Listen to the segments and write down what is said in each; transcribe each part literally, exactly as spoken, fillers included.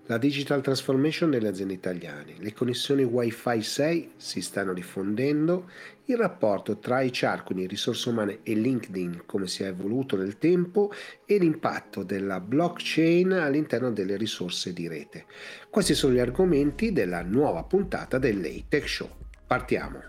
La digital transformation nelle aziende italiane, le connessioni Wi-Fi sei si stanno diffondendo, il rapporto tra H R, quindi risorse umane, e LinkedIn, come si è evoluto nel tempo, e l'impatto della blockchain all'interno delle risorse di rete. Questi sono gli argomenti della nuova puntata dell'A Tech Show. Partiamo!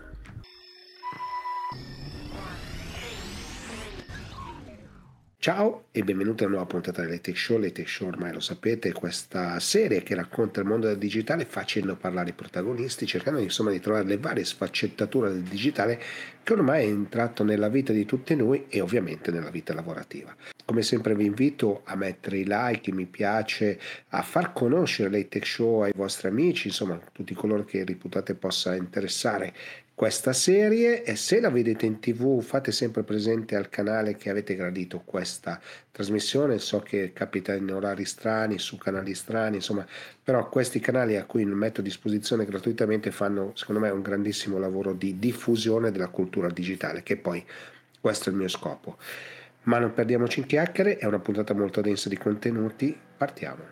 Ciao e benvenuti a una nuova puntata delle Tech Show. Le Tech Show ormai lo sapete, questa serie che racconta il mondo del digitale facendo parlare i protagonisti, cercando insomma di trovare le varie sfaccettature del digitale che ormai è entrato nella vita di tutti noi e ovviamente nella vita lavorativa. Come sempre vi invito a mettere i like, i mi piace, a far conoscere le Tech Show ai vostri amici, insomma tutti coloro che reputate possa interessare questa serie, e se la vedete in tv fate sempre presente al canale che avete gradito questa trasmissione. So che capita in orari strani, su canali strani, insomma, però questi canali a cui metto a disposizione gratuitamente fanno secondo me un grandissimo lavoro di diffusione della cultura digitale, che poi questo è il mio scopo. Ma non perdiamoci in chiacchiere, è una puntata molto densa di contenuti, partiamo.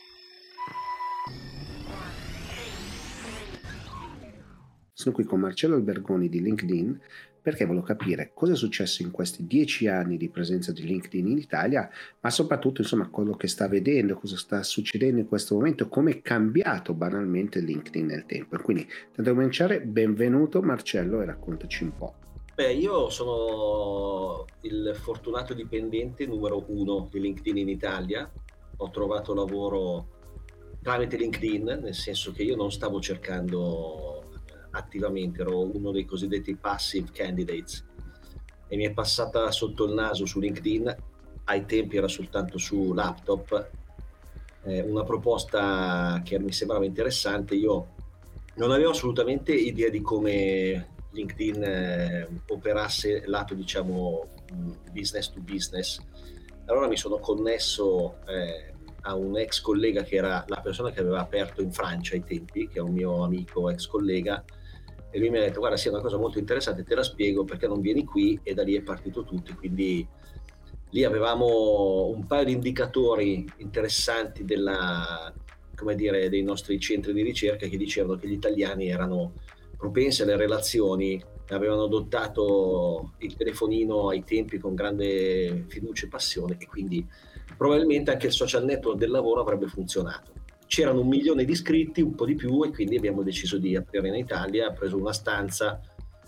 Sono qui con Marcello Albergoni di LinkedIn perché volevo capire cosa è successo in questi dieci anni di presenza di LinkedIn in Italia, ma soprattutto insomma quello che sta vedendo, cosa sta succedendo in questo momento, come è cambiato banalmente LinkedIn nel tempo. E quindi, tanto da cominciare, benvenuto Marcello e raccontaci un po'. Beh, io sono il fortunato dipendente numero uno di LinkedIn in Italia. Ho trovato lavoro tramite LinkedIn, nel senso che io non stavo cercando attivamente, ero uno dei cosiddetti passive candidates e mi è passata sotto il naso su LinkedIn, ai tempi era soltanto su laptop, eh, una proposta che mi sembrava interessante. Io non avevo assolutamente idea di come LinkedIn eh, operasse lato, diciamo, business to business. Allora mi sono connesso eh, a un ex collega che era la persona che aveva aperto in Francia ai tempi, che è un mio amico ex collega, e lui mi ha detto: guarda, sì, è una cosa molto interessante, te la spiego, perché non vieni qui? E da lì è partito tutto. Quindi lì avevamo un paio di indicatori interessanti della, come dire, dei nostri centri di ricerca, che dicevano che gli italiani erano propensi alle relazioni, avevano adottato il telefonino ai tempi con grande fiducia e passione, e quindi probabilmente anche il social network del lavoro avrebbe funzionato. C'erano un milione di iscritti, un po' di più, e quindi abbiamo deciso di aprire in Italia. Ha preso una stanza,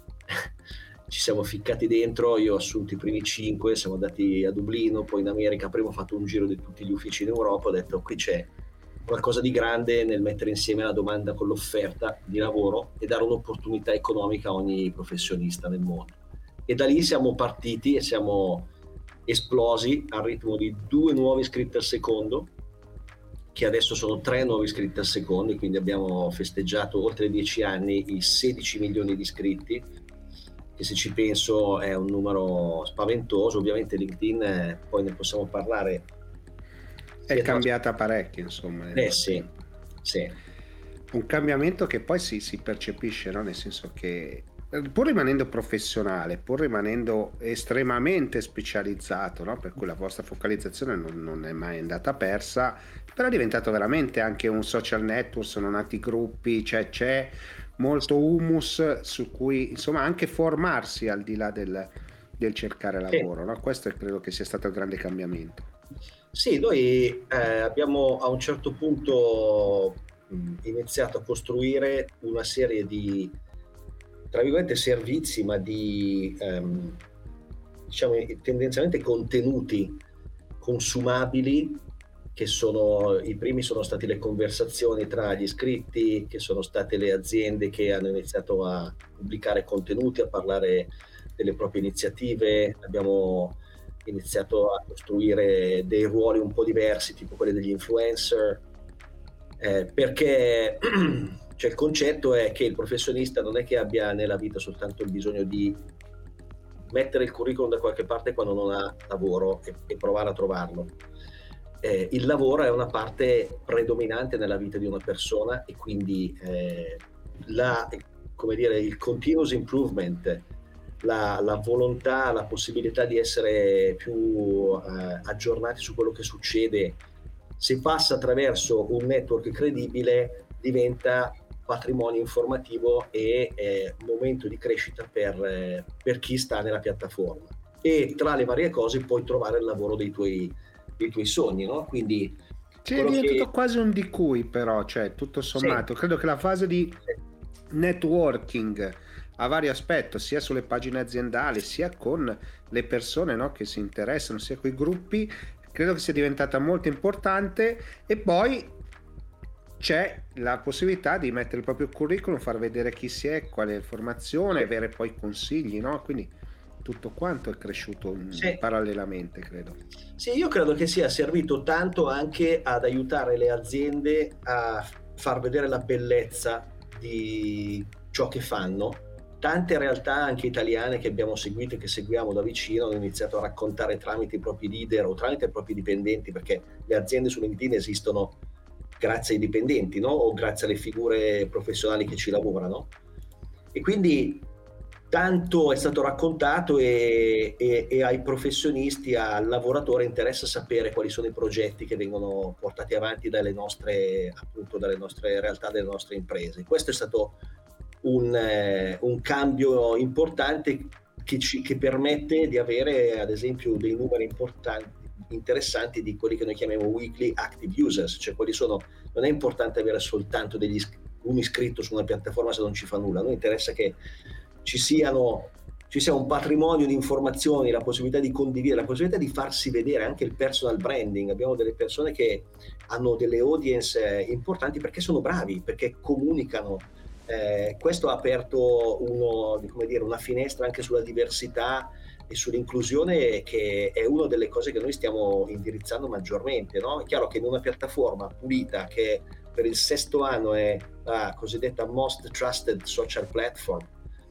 ci siamo ficcati dentro, io ho assunto i primi cinque, siamo andati a Dublino, poi in America, prima ho fatto un giro di tutti gli uffici in Europa, ho detto qui c'è qualcosa di grande nel mettere insieme la domanda con l'offerta di lavoro e dare un'opportunità economica a ogni professionista nel mondo. E da lì siamo partiti e siamo esplosi al ritmo di due nuovi iscritti al secondo, che adesso sono tre nuovi iscritti al secondo, e quindi abbiamo festeggiato oltre dieci anni i sedici milioni di iscritti, che se ci penso è un numero spaventoso. Ovviamente LinkedIn, eh, poi ne possiamo parlare, È cambiata parecchio, insomma. Eh sì, sì. Un cambiamento che poi si, si percepisce, no? Nel senso che pur rimanendo professionale, pur rimanendo estremamente specializzato, no? Per cui la vostra focalizzazione non, non è mai andata persa, però è diventato veramente anche un social network, sono nati gruppi, cioè c'è molto humus su cui insomma anche formarsi al di là del, del cercare lavoro, sì. No? Questo credo che sia stato il grande cambiamento. Sì, noi eh, abbiamo a un certo punto mh, iniziato a costruire una serie di, tra virgolette, servizi, ma di ehm, diciamo tendenzialmente contenuti consumabili, che sono i primi sono stati le conversazioni tra gli iscritti, che sono state le aziende che hanno iniziato a pubblicare contenuti, a parlare delle proprie iniziative. Abbiamo iniziato a costruire dei ruoli un po' diversi, tipo quelli degli influencer, eh, perché cioè, il concetto è che il professionista non è che abbia nella vita soltanto il bisogno di mettere il curriculum da qualche parte quando non ha lavoro e, e provare a trovarlo. Eh, il lavoro è una parte predominante nella vita di una persona, e quindi eh, la, come dire, il continuous improvement, La, la volontà, la possibilità di essere più eh, aggiornati su quello che succede se passa attraverso un network credibile diventa patrimonio informativo e eh, momento di crescita per, eh, per chi sta nella piattaforma, e tra le varie cose puoi trovare il lavoro dei tuoi, dei tuoi sogni, no? Quindi sì, è diventato che... quasi un di cui, però, cioè tutto sommato, sì. Credo che la fase di sì. networking a vari aspetti, sia sulle pagine aziendali, sia con le persone, no, che si interessano, sia con i gruppi, credo che sia diventata molto importante. E poi c'è la possibilità di mettere il proprio curriculum, far vedere chi si è, qual è la formazione, sì. avere poi consigli, no? Quindi tutto quanto è cresciuto sì. parallelamente, credo. Sì, io credo che sia servito tanto anche ad aiutare le aziende a far vedere la bellezza di ciò che fanno. Tante realtà anche italiane che abbiamo seguito e che seguiamo da vicino hanno iniziato a raccontare tramite i propri leader o tramite i propri dipendenti, perché le aziende su LinkedIn esistono grazie ai dipendenti, no? O grazie alle figure professionali che ci lavorano, e quindi tanto è stato raccontato e, e, e ai professionisti, al lavoratore interessa sapere quali sono i progetti che vengono portati avanti dalle nostre, appunto, dalle nostre realtà, dalle nostre imprese. Questo è stato un, eh, un cambio importante che, ci, che permette di avere ad esempio dei numeri importanti, interessanti, di quelli che noi chiamiamo weekly active users, cioè quelli sono, non è importante avere soltanto degli, un iscritto su una piattaforma se non ci fa nulla, a noi interessa che ci siano ci sia un patrimonio di informazioni, la possibilità di condividere, la possibilità di farsi vedere, anche il personal branding. Abbiamo delle persone che hanno delle audience importanti perché sono bravi, perché comunicano. Eh, questo ha aperto uno, come dire, una finestra anche sulla diversità e sull'inclusione, che è una delle cose che noi stiamo indirizzando maggiormente, no? È chiaro che in una piattaforma pulita, che per il sesto anno è la cosiddetta Most Trusted Social Platform,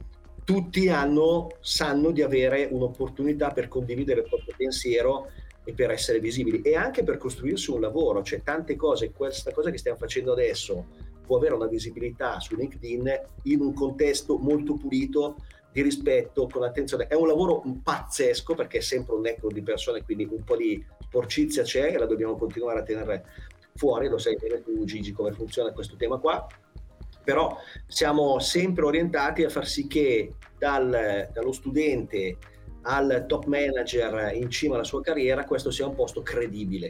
tutti hanno, sanno di avere un'opportunità per condividere il proprio pensiero e per essere visibili, e anche per costruirsi un lavoro. C'è tante cose, questa cosa che stiamo facendo adesso può avere una visibilità su LinkedIn in un contesto molto pulito, di rispetto, con attenzione. È un lavoro pazzesco perché è sempre un network di persone, quindi un po' di sporcizia c'è e la dobbiamo continuare a tenere fuori. Lo sai bene tu, Gigi, come funziona questo tema qua, però siamo sempre orientati a far sì che dal, dallo studente al top manager in cima alla sua carriera questo sia un posto credibile,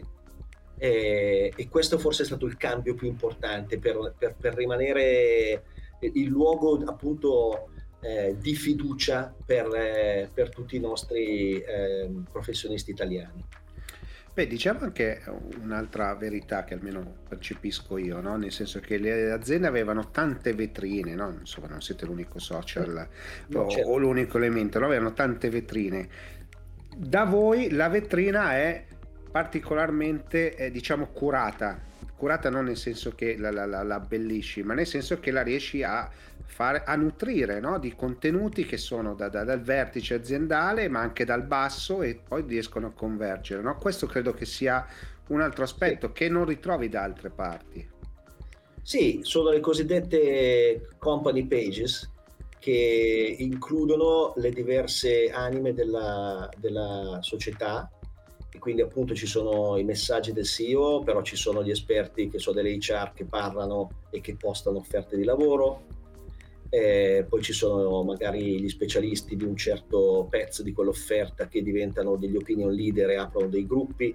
e, e questo forse è stato il cambio più importante per, per, per rimanere il luogo appunto eh, di fiducia per, eh, per tutti i nostri eh, professionisti italiani. Beh, diciamo anche un'altra verità che almeno percepisco io, no? Nel senso che le aziende avevano tante vetrine, no? Insomma, non siete l'unico social no, o, certo. o l'unico elemento, no? Avevano tante vetrine. Da voi la vetrina è particolarmente, eh, diciamo, curata. Curata non nel senso che la, la, la, la abbellisci, ma nel senso che la riesci a fare, a nutrire, no? Di contenuti che sono da, da, dal vertice aziendale, ma anche dal basso, e poi riescono a convergere, no? Questo credo che sia un altro aspetto sì. che non ritrovi da altre parti. Sì, sono le cosiddette company pages, che includono le diverse anime della, della società, e quindi appunto ci sono i messaggi del C E O, però ci sono gli esperti che sono delle H R che parlano e che postano offerte di lavoro, eh, poi ci sono magari gli specialisti di un certo pezzo di quell'offerta che diventano degli opinion leader e aprono dei gruppi,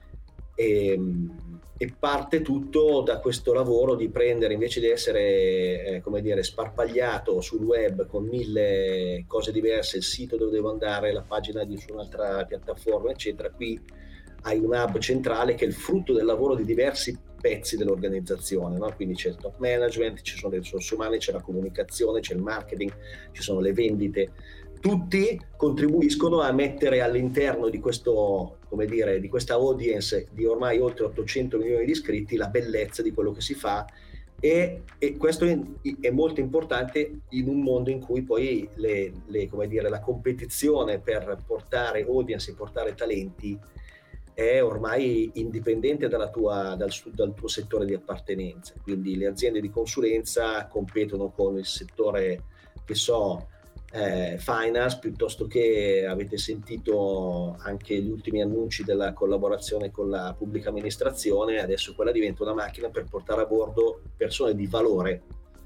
e, e parte tutto da questo lavoro di prendere, invece di essere eh, come dire sparpagliato sul web con mille cose diverse, il sito dove devo andare, la pagina di su un'altra piattaforma eccetera, qui hai un hub centrale che è il frutto del lavoro di diversi pezzi dell'organizzazione, no? Quindi c'è il top management, ci sono le risorse umane, c'è la comunicazione, c'è il marketing, ci sono le vendite. Tutti contribuiscono a mettere all'interno di questo, come dire, di questa audience di ormai oltre ottocento milioni di iscritti la bellezza di quello che si fa, e, e questo è, è molto importante in un mondo in cui poi le, le, come dire, la competizione per portare audience e portare talenti è ormai indipendente dalla tua, dal, dal tuo settore di appartenenza. Quindi le aziende di consulenza competono con il settore, che so, eh, finance, piuttosto che avete sentito anche gli ultimi annunci della collaborazione con la pubblica amministrazione, adesso quella diventa una macchina per portare a bordo persone di valore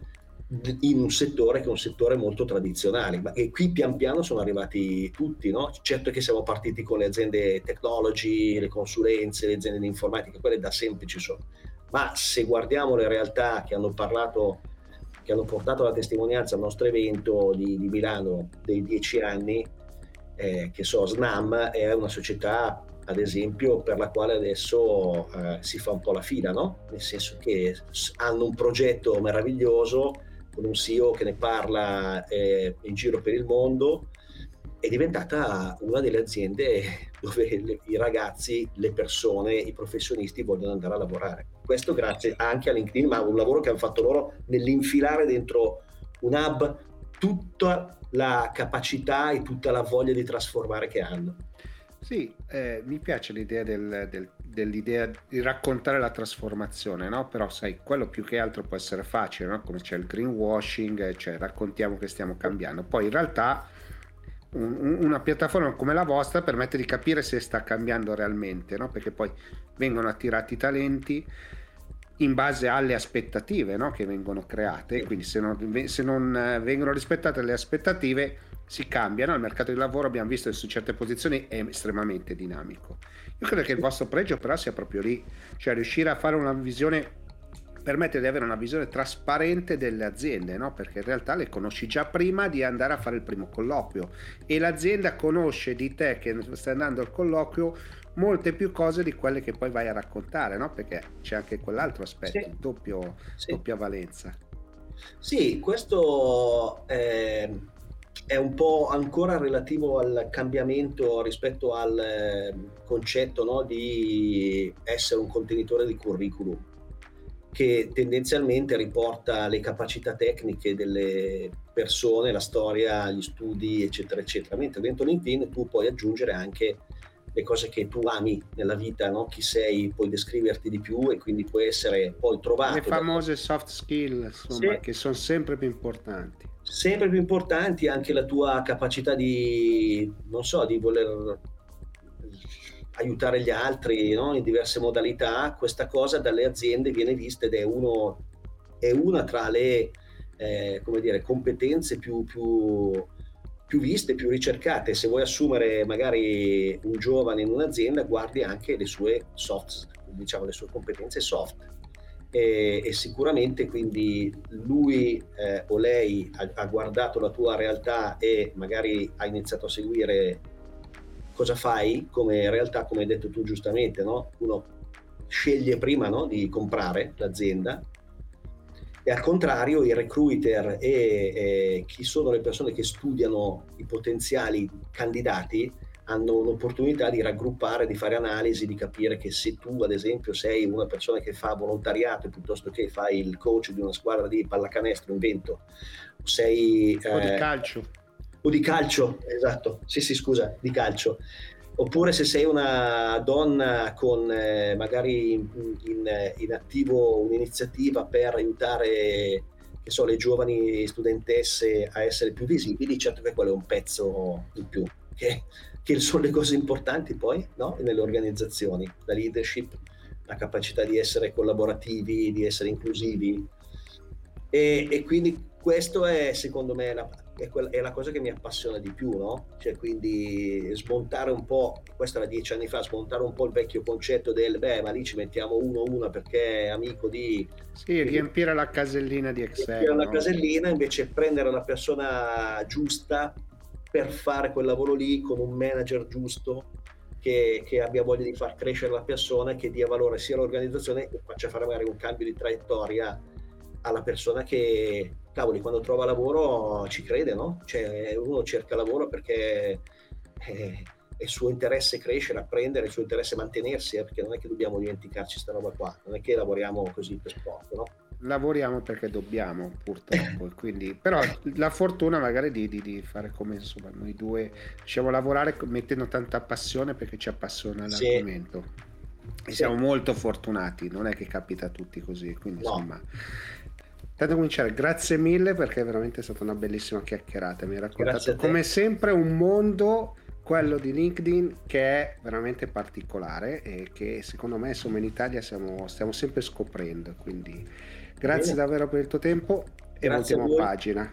in un settore che è un settore molto tradizionale, ma e qui pian piano sono arrivati tutti, no? Certo che siamo partiti con le aziende technology, le consulenze, le aziende di informatica, quelle da sempre ci sono, ma se guardiamo le realtà che hanno parlato, che hanno portato la testimonianza al nostro evento di, di Milano dei dieci anni, eh, che so, Snam è una società ad esempio per la quale adesso eh, si fa un po' la fila, no? Nel senso che hanno un progetto meraviglioso con un C E O che ne parla eh, in giro per il mondo, è diventata una delle aziende dove le, i ragazzi, le persone, i professionisti vogliono andare a lavorare. Questo grazie anche a LinkedIn, ma un lavoro che hanno fatto loro nell'infilare dentro un hub tutta la capacità e tutta la voglia di trasformare che hanno. Sì, eh, mi piace l'idea del, del, dell'idea di raccontare la trasformazione, no? Però sai, quello più che altro può essere facile, no? Come c'è il greenwashing, cioè raccontiamo che stiamo cambiando. Poi in realtà un, una piattaforma come la vostra permette di capire se sta cambiando realmente, no? Perché poi vengono attirati talenti in base alle aspettative, no? Che vengono create, quindi se non, se non vengono rispettate le aspettative si cambiano. Il mercato del lavoro, abbiamo visto che su certe posizioni è estremamente dinamico. Io credo che il vostro pregio però sia proprio lì, cioè riuscire a fare una visione, permette di avere una visione trasparente delle aziende, no? Perché in realtà le conosci già prima di andare a fare il primo colloquio e l'azienda conosce di te che stai andando al colloquio molte più cose di quelle che poi vai a raccontare, no? Perché c'è anche quell'altro aspetto, sì. doppio, sì. doppia valenza. Sì, questo è, è un po' ancora relativo al cambiamento rispetto al eh, concetto, no, di essere un contenitore di curriculum, che tendenzialmente riporta le capacità tecniche delle persone, la storia, gli studi, eccetera, eccetera. Mentre dentro LinkedIn tu puoi aggiungere anche le cose che tu ami nella vita, no? Chi sei, puoi descriverti di più e quindi puoi essere poi trovato. Le famose da... soft skill, insomma, sì. che sono sempre più importanti. Sempre più importanti, anche la tua capacità di, non so, di voler aiutare gli altri, no? In diverse modalità. Questa cosa dalle aziende viene vista ed è, uno, è una tra le eh, come dire, competenze più, più più viste, più ricercate. Se vuoi assumere magari un giovane in un'azienda, guardi anche le sue soft, diciamo le sue competenze soft, e, e sicuramente quindi lui eh, o lei ha, ha guardato la tua realtà e magari ha iniziato a seguire cosa fai come realtà, come hai detto tu giustamente, no? Uno sceglie prima, no, di comprare l'azienda. E al contrario i recruiter e, e chi sono le persone che studiano i potenziali candidati hanno un'opportunità di raggruppare, di fare analisi, di capire che se tu ad esempio sei una persona che fa volontariato piuttosto che fai il coach di una squadra di pallacanestro, invento, sei, o eh, di calcio o di calcio, esatto, sì sì scusa, di calcio. Oppure se sei una donna con eh, magari in, in, in attivo un'iniziativa per aiutare, che so, le giovani studentesse a essere più visibili, certo che quello è un pezzo in più, che, che sono le cose importanti poi, no? Nelle organizzazioni, la leadership, la capacità di essere collaborativi, di essere inclusivi, e, e quindi questo è secondo me la È, quella, è la cosa che mi appassiona di più, no? Cioè quindi smontare un po', questo era dieci anni fa, smontare un po' il vecchio concetto del beh ma lì ci mettiamo uno una perché è amico di... Sì, riempire la casellina di Excel. Riempire no? la casellina, invece prendere la persona giusta per fare quel lavoro lì con un manager giusto che, che abbia voglia di far crescere la persona, che dia valore sia all'organizzazione e faccia fare magari un cambio di traiettoria alla persona che, cavoli, quando trova lavoro ci crede, no? Cioè uno cerca lavoro perché è, è il suo interesse crescere, apprendere, il suo interesse mantenersi, eh, perché non è che dobbiamo dimenticarci sta roba qua, non è che lavoriamo così per sport, no? Lavoriamo perché dobbiamo, purtroppo. Quindi, però la fortuna magari di, di, di fare come insomma noi due riusciamo a lavorare mettendo tanta passione perché ci appassiona l'argomento. Sì. E siamo molto fortunati, non è che capita a tutti così, quindi no. insomma Tanto cominciare, grazie mille perché è veramente stata una bellissima chiacchierata. Mi ha raccontato come sempre un mondo, quello di LinkedIn, che è veramente particolare e che secondo me insomma in Italia siamo, stiamo sempre scoprendo. Quindi grazie Bene. davvero per il tuo tempo e grazie voltiamo a pagina.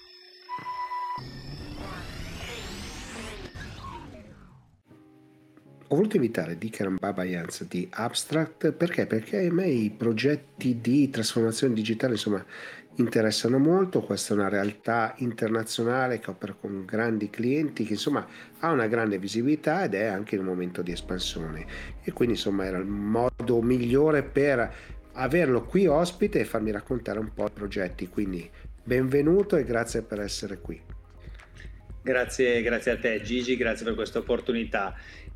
Ho voluto invitare Dikeran Babayans di Abstract perché? Perché a me i progetti di trasformazione digitale insomma interessano molto. Questa è una realtà internazionale che opera con grandi clienti, che insomma ha una grande visibilità ed è anche in un momento di espansione, e quindi insomma era il modo migliore per averlo qui ospite e farmi raccontare un po' i progetti. Quindi benvenuto e grazie per essere qui. Grazie, grazie a te Gigi, grazie per questa opportunità.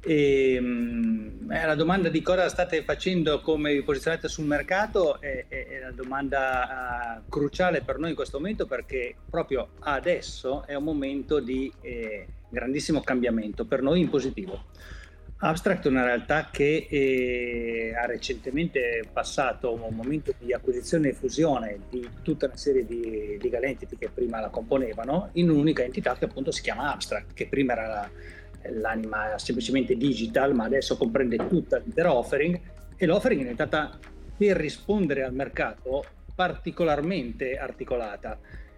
E, mh, la domanda di cosa state facendo, come vi posizionate sul mercato è, è, è la domanda uh, cruciale per noi in questo momento, perché proprio adesso è un momento di eh, grandissimo cambiamento, per noi in positivo. Abstract è una realtà che eh, ha recentemente passato un momento di acquisizione e fusione di tutta una serie di legal entity che prima la componevano in un'unica entità che appunto si chiama Abstract, che prima era la, l'anima semplicemente digital, ma adesso comprende tutta l'intera offering, e l'offering è diventata, per rispondere al mercato, particolarmente articolata.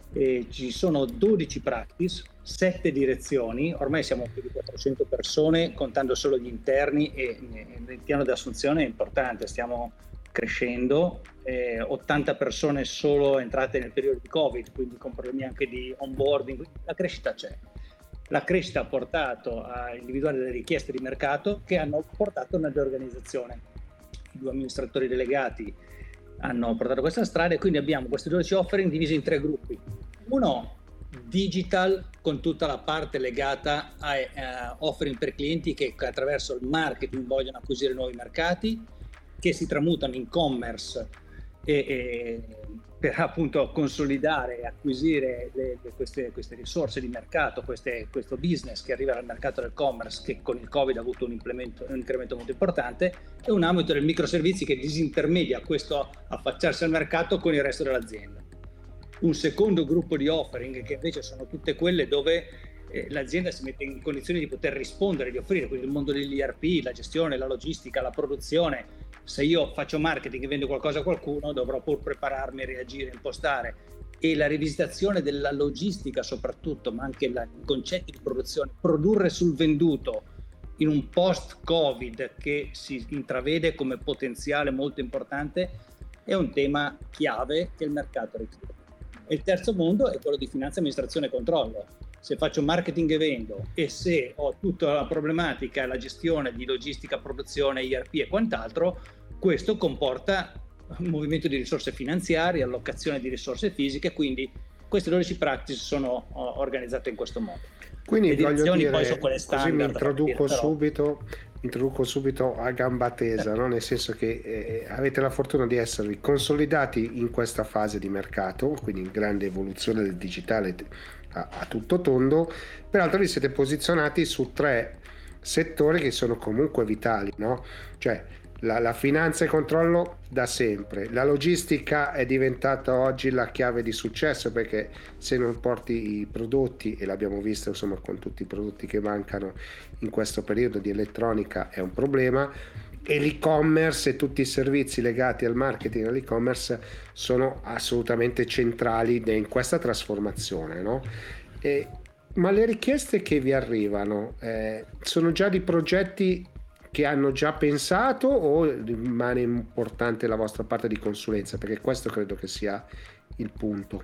E ci sono dodici practice, sette direzioni, ormai siamo più di quattrocento persone contando solo gli interni, e il piano di assunzione è importante, stiamo crescendo, eh, ottanta persone solo entrate nel periodo di Covid, quindi con problemi anche di onboarding, la crescita c'è. La crescita ha portato a individuare delle richieste di mercato che hanno portato a una riorganizzazione. I due amministratori delegati hanno portato questa strada e quindi abbiamo questi dodici offering divisi in tre gruppi. Uno digital, con tutta la parte legata a uh, offering per clienti che attraverso il marketing vogliono acquisire nuovi mercati, che si tramutano in commerce e, e per appunto consolidare e acquisire le, le, queste, queste risorse di mercato, queste, questo business che arriva dal mercato del commerce, che con il Covid ha avuto un, implemento, un incremento molto importante, e un ambito del microservizi che disintermedia questo affacciarsi al mercato con il resto dell'azienda. Un secondo gruppo di offering che invece sono tutte quelle dove eh, l'azienda si mette in condizione di poter rispondere, di offrire, quindi il mondo dell'I R P, la gestione, la logistica, la produzione. Se io faccio marketing e vendo qualcosa a qualcuno, dovrò pur prepararmi, reagire, impostare, e la rivisitazione della logistica soprattutto, ma anche la, i concetti di produzione, produrre sul venduto in un post-Covid che si intravede come potenziale molto importante, è un tema chiave che il mercato richiede. E il terzo mondo è quello di finanza, amministrazione e controllo. Se faccio marketing e vendo, e se ho tutta la problematica, la gestione di logistica, produzione, I R P e quant'altro, questo comporta un movimento di risorse finanziarie, allocazione di risorse fisiche, quindi queste dodici practice sono uh, organizzate in questo modo. Quindi le voglio dire, poi sono quelle così mi introduco dire, subito, introduco subito a gamba tesa, no? Nel senso che eh, avete la fortuna di esservi consolidati in questa fase di mercato, quindi in grande evoluzione del digitale a, a tutto tondo. Peraltro vi siete posizionati su tre settori che sono comunque vitali, no? Cioè la, la finanza e controllo da sempre, la logistica è diventata oggi la chiave di successo, perché se non porti i prodotti, e l'abbiamo visto insomma con tutti i prodotti che mancano in questo periodo di elettronica, è un problema, e l'e-commerce e tutti i servizi legati al marketing e all'e-commerce sono assolutamente centrali in questa trasformazione, no? E, ma le richieste che vi arrivano eh, sono già di progetti che hanno già pensato, o rimane importante la vostra parte di consulenza? Perché questo credo che sia il punto.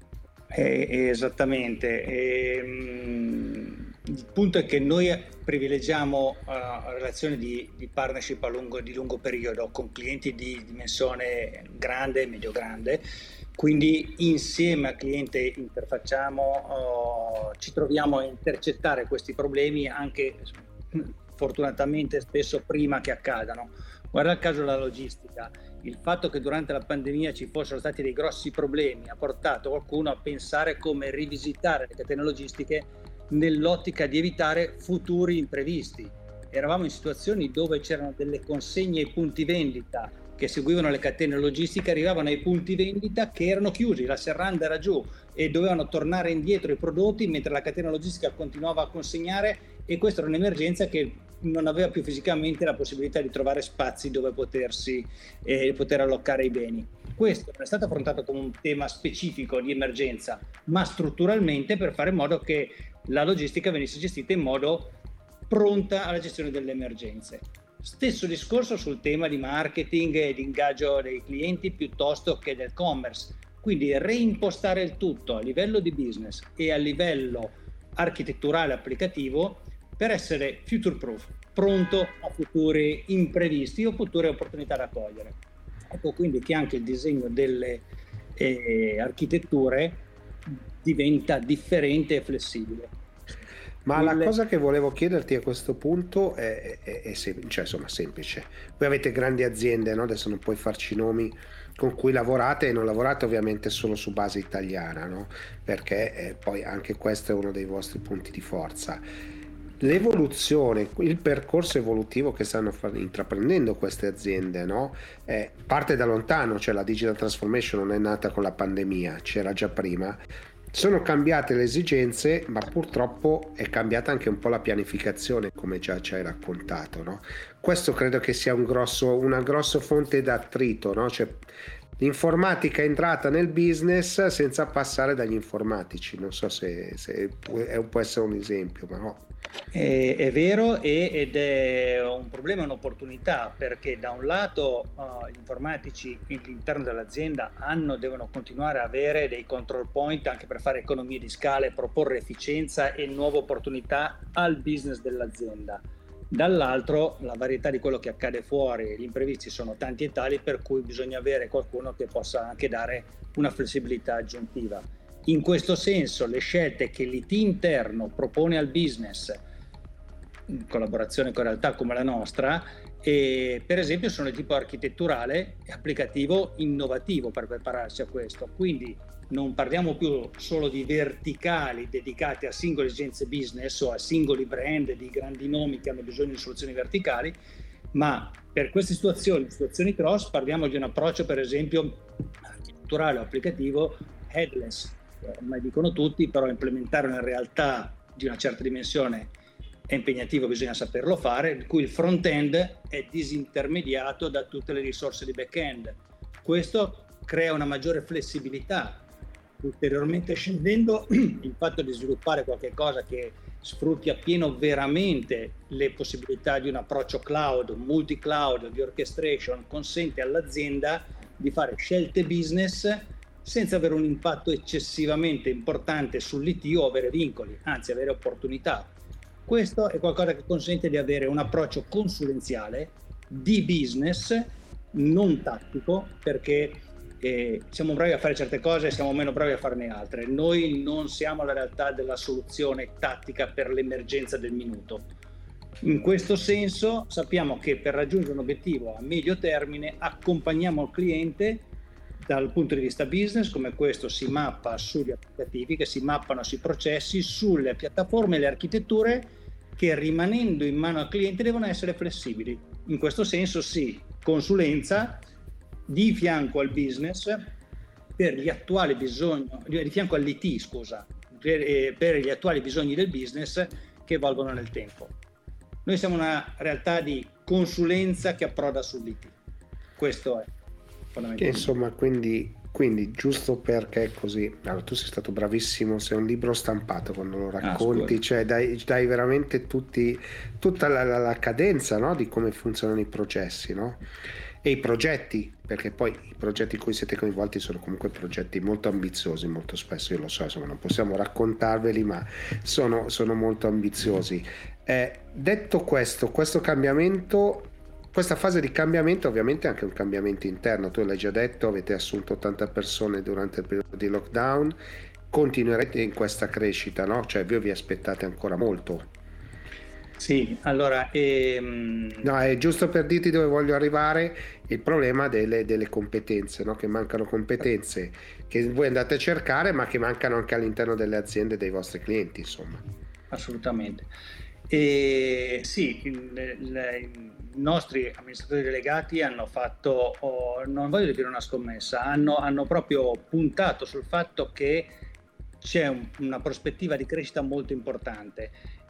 Eh, esattamente. Eh, il punto è che noi privilegiamo uh, relazioni di, di partnership a lungo, di lungo periodo con clienti di dimensione grande e medio-grande. Quindi insieme al cliente interfacciamo, uh, ci troviamo a intercettare questi problemi anche fortunatamente spesso prima che accadano. Guarda il caso della logistica, il fatto che durante la pandemia ci fossero stati dei grossi problemi ha portato qualcuno a pensare come rivisitare le catene logistiche nell'ottica di evitare futuri imprevisti. Eravamo in situazioni dove c'erano delle consegne ai punti vendita che che seguivano le catene logistiche arrivavano ai punti vendita che erano chiusi, la serranda era giù e dovevano tornare indietro i prodotti mentre la catena logistica continuava a consegnare, e questa era un'emergenza che non aveva più fisicamente la possibilità di trovare spazi dove potersi eh, poter allocare i beni. Questo non è stato affrontato come un tema specifico di emergenza, ma strutturalmente per fare in modo che la logistica venisse gestita in modo pronta alla gestione delle emergenze. Stesso discorso sul tema di marketing e di ingaggio dei clienti piuttosto che del commerce. Quindi reimpostare il tutto a livello di business e a livello architetturale applicativo per essere future proof, pronto a futuri imprevisti o future opportunità da cogliere. Ecco quindi che anche il disegno delle eh, architetture diventa differente e flessibile. Ma la cosa che volevo chiederti a questo punto è, è, è sem- cioè, insomma, semplice. Voi avete grandi aziende, no? Adesso non puoi farci nomi, con cui lavorate, e non lavorate ovviamente solo su base italiana, no? Perché eh, poi anche questo è uno dei vostri punti di forza. L'evoluzione, il percorso evolutivo che stanno far- intraprendendo queste aziende, no? Eh, parte da lontano, cioè la digital transformation non è nata con la pandemia, c'era già prima. Sono cambiate le esigenze, ma purtroppo è cambiata anche un po' la pianificazione, come già ci hai raccontato, no? Questo credo che sia un grosso, una grossa fonte d'attrito, no? Cioè, l'informatica è entrata nel business senza passare dagli informatici. Non so se, se può essere un esempio, ma no. È, è vero, e, ed è un problema e un'opportunità, perché da un lato uh, gli informatici all'interno dell'azienda hanno, devono continuare a avere dei control point anche per fare economie di scala e proporre efficienza e nuove opportunità al business dell'azienda. Dall'altro la varietà di quello che accade fuori, gli imprevisti sono tanti e tali, per cui bisogna avere qualcuno che possa anche dare una flessibilità aggiuntiva. In questo senso le scelte che l'I T interno propone al business, in collaborazione con realtà come la nostra, e per esempio sono di tipo architetturale e applicativo innovativo per prepararci a questo. Quindi non parliamo più solo di verticali dedicati a singole esigenze business o a singoli brand di grandi nomi che hanno bisogno di soluzioni verticali, ma per queste situazioni, situazioni cross, parliamo di un approccio per esempio architetturale o applicativo headless. Ormai dicono tutti, però implementare una realtà di una certa dimensione è impegnativo, bisogna saperlo fare, in cui il front-end è disintermediato da tutte le risorse di back-end. Questo crea una maggiore flessibilità, ulteriormente scendendo il fatto di sviluppare qualche cosa che sfrutti appieno veramente le possibilità di un approccio cloud, multi-cloud, di orchestration, consente all'azienda di fare scelte business senza avere un impatto eccessivamente importante sull'I T o avere vincoli, anzi avere opportunità. Questo è qualcosa che consente di avere un approccio consulenziale di business, non tattico, perché eh, siamo bravi a fare certe cose e siamo meno bravi a farne altre. Noi non siamo la realtà della soluzione tattica per l'emergenza del minuto. In questo senso sappiamo che per raggiungere un obiettivo a medio termine accompagniamo il cliente dal punto di vista business, come questo si mappa sugli applicativi, che si mappano sui processi, sulle piattaforme e le architetture che, rimanendo in mano al cliente, devono essere flessibili. In questo senso sì, consulenza di fianco al business per gli attuali bisogni, di fianco all'I T, scusa, per, per gli attuali bisogni del business che evolvono nel tempo. Noi siamo una realtà di consulenza che approda sull'I T. Questo è. Che insomma, quindi, quindi giusto perché così, allora, tu sei stato bravissimo, sei un libro stampato quando lo racconti, ah, cioè dai, dai veramente tutti, tutta la, la, la cadenza, no? Di come funzionano i processi, no? E i progetti, perché poi i progetti in cui siete coinvolti sono comunque progetti molto ambiziosi, molto spesso, io lo so, insomma non possiamo raccontarveli, ma sono, sono molto ambiziosi. Eh, detto questo, questo cambiamento, questa fase di cambiamento ovviamente è anche un cambiamento interno, tu l'hai già detto, avete assunto ottanta persone durante il periodo di lockdown, continuerete in questa crescita, no? Cioè voi vi aspettate ancora molto. Sì, allora ehm... no, è giusto per dirti dove voglio arrivare, il problema delle, delle competenze, no? Che mancano competenze che voi andate a cercare, ma che mancano anche all'interno delle aziende dei vostri clienti, insomma. Assolutamente. E sì, il, il, i nostri amministratori delegati hanno fatto, oh, non voglio dire una scommessa, hanno, hanno proprio puntato sul fatto che c'è un, una prospettiva di crescita molto importante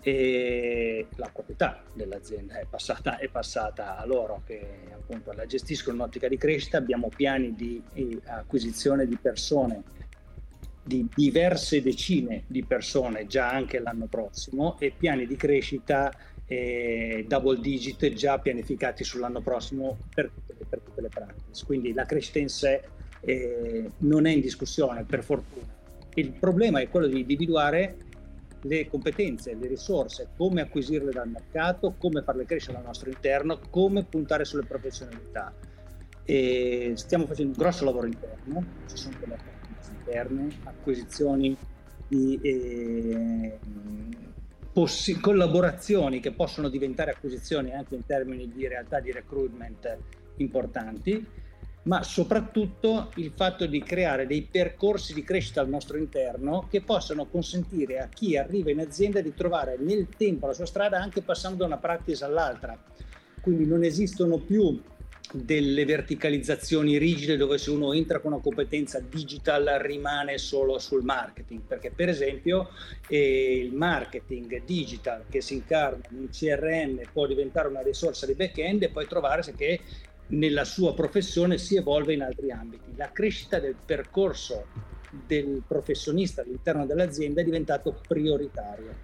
e la proprietà dell'azienda è passata, è passata a loro, che appunto la gestiscono in un'ottica di crescita. Abbiamo piani di eh, acquisizione di persone, di diverse decine di persone già anche l'anno prossimo, e piani di crescita eh, double digit già pianificati sull'anno prossimo per tutte le, per tutte le practice. Quindi la crescita in sé eh, non è in discussione, per fortuna. Il problema è quello di individuare le competenze, le risorse, come acquisirle dal mercato, come farle crescere al nostro interno, come puntare sulle professionalità. E stiamo facendo un grosso lavoro interno, ci sono delle acquisizioni interne, acquisizioni di eh, possi- collaborazioni che possono diventare acquisizioni anche in termini di realtà di recruitment importanti, ma soprattutto il fatto di creare dei percorsi di crescita al nostro interno che possano consentire a chi arriva in azienda di trovare nel tempo la sua strada, anche passando da una practice all'altra. Quindi non esistono più delle verticalizzazioni rigide dove se uno entra con una competenza digital rimane solo sul marketing, perché per esempio eh, il marketing digital che si incarna in C R M può diventare una risorsa di back-end e poi trovare se che nella sua professione si evolve in altri ambiti. La crescita del percorso del professionista all'interno dell'azienda è diventato prioritario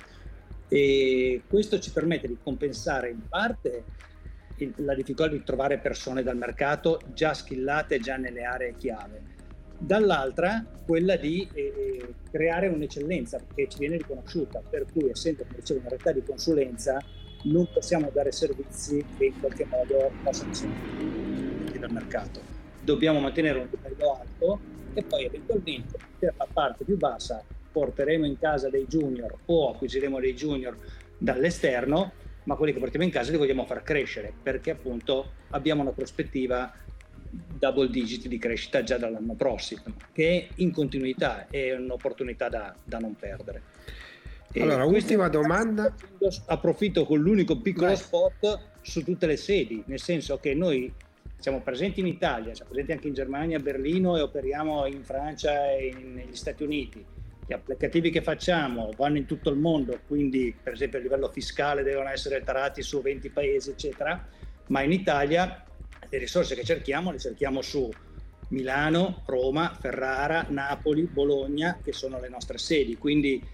e questo ci permette di compensare in parte il, la difficoltà di trovare persone dal mercato già skillate già nelle aree chiave, dall'altra quella di eh, creare un'eccellenza che ci viene riconosciuta, per cui essendo come dicevo una realtà di consulenza non possiamo dare servizi che in qualche modo possano essere dal mercato. Dobbiamo mantenere un livello alto e poi eventualmente per la parte più bassa porteremo in casa dei junior o acquisiremo dei junior dall'esterno, ma quelli che portiamo in casa li vogliamo far crescere perché appunto abbiamo una prospettiva double digit di crescita già dall'anno prossimo, che è in continuità, è un'opportunità da, da non perdere. Allora, ultima domanda. Approfitto con l'unico piccolo Vai. spot su tutte le sedi, nel senso che noi siamo presenti in Italia, siamo presenti anche in Germania, a Berlino e operiamo in Francia e in, negli Stati Uniti. Gli applicativi che facciamo vanno in tutto il mondo, quindi per esempio a livello fiscale devono essere tarati su venti paesi, eccetera, ma in Italia le risorse che cerchiamo le cerchiamo su Milano, Roma, Ferrara, Napoli, Bologna, che sono le nostre sedi, quindi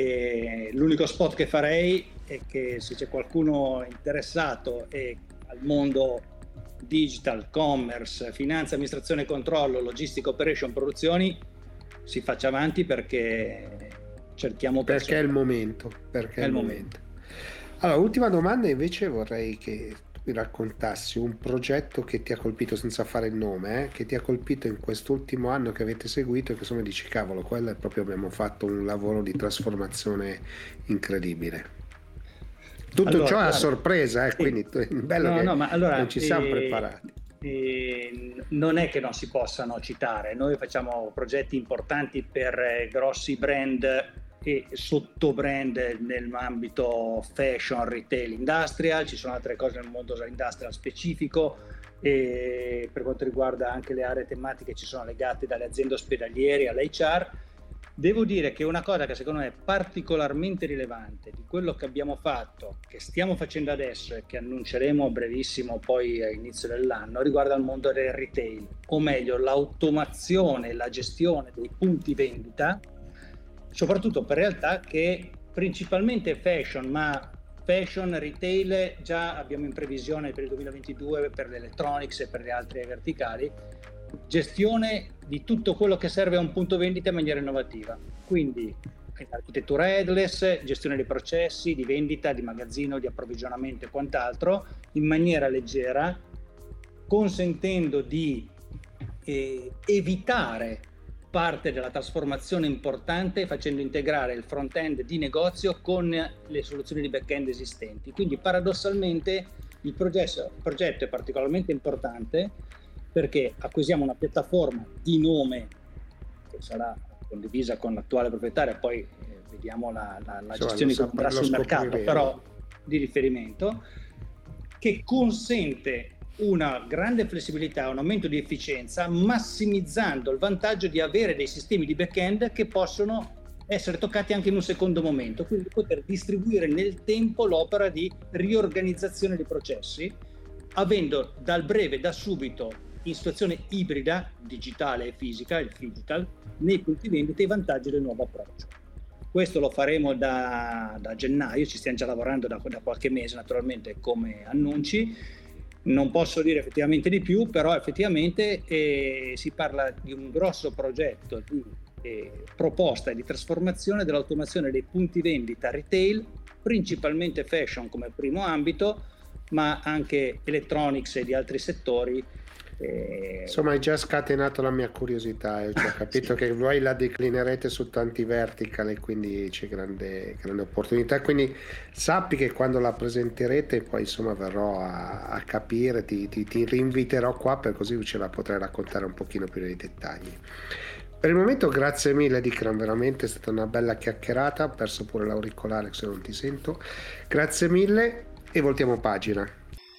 E l'unico spot che farei è che se c'è qualcuno interessato e al mondo digital, commerce, finanza, amministrazione e controllo, logistica, operation, produzioni, si faccia avanti perché cerchiamo persone. Perché è il momento, perché è, è il momento. momento. Allora, ultima domanda invece vorrei che mi raccontassi un progetto che ti ha colpito, senza fare il nome, eh, che ti ha colpito in quest'ultimo anno che avete seguito e che insomma dici cavolo, quello è proprio, abbiamo fatto un lavoro di trasformazione incredibile. Tutto allora, ciò è a sorpresa, eh, sì. Quindi è bello no, che no, ma allora, non ci siamo eh, preparati. Eh, non è che non si possano citare, noi facciamo progetti importanti per eh, grossi brand e sottobrand nell'ambito fashion, retail, industrial, ci sono altre cose nel mondo industrial specifico e per quanto riguarda anche le aree tematiche ci sono legate dalle aziende ospedaliere all'H R. Devo dire che una cosa che secondo me è particolarmente rilevante di quello che abbiamo fatto, che stiamo facendo adesso e che annunceremo a brevissimo poi all'inizio dell'anno, riguarda il mondo del retail, o meglio l'automazione e la gestione dei punti vendita, soprattutto per realtà che principalmente fashion, ma fashion, retail già abbiamo in previsione per il duemilaventidue per l'electronics e per le altre verticali, gestione di tutto quello che serve a un punto vendita in maniera innovativa, quindi architettura headless, gestione dei processi di vendita, di magazzino, di approvvigionamento e quant'altro in maniera leggera, consentendo di eh, evitare parte della trasformazione importante, facendo integrare il front-end di negozio con le soluzioni di back-end esistenti. Quindi paradossalmente il progetto, il progetto è particolarmente importante perché acquisiamo una piattaforma di nome che sarà condivisa con l'attuale proprietaria, poi eh, vediamo la, la, la gestione che andrà sul mercato, però di riferimento, che consente una grande flessibilità, un aumento di efficienza, massimizzando il vantaggio di avere dei sistemi di back-end che possono essere toccati anche in un secondo momento, quindi poter distribuire nel tempo l'opera di riorganizzazione dei processi, avendo dal breve, da subito, in situazione ibrida, digitale e fisica, il phygital, nei punti vendita i vantaggi del nuovo approccio. Questo lo faremo da, da gennaio, ci stiamo già lavorando da, da qualche mese naturalmente come annunci. Non posso dire effettivamente di più, però effettivamente eh, si parla di un grosso progetto di eh, proposta e di trasformazione dell'automazione dei punti vendita retail, principalmente fashion come primo ambito, ma anche electronics e di altri settori. Eh... Insomma, hai già scatenato la mia curiosità, eh. Cioè, ho capito sì. Che voi la declinerete su tanti vertical e quindi c'è grande, grande opportunità, quindi sappi che quando la presenterete poi insomma verrò a, a capire, ti, ti, ti rinviterò qua per così ce la potrai raccontare un pochino più nei dettagli. Per il momento grazie mille Dikran, veramente è stata una bella chiacchierata, ho perso pure l'auricolare se non ti sento, grazie mille e voltiamo pagina.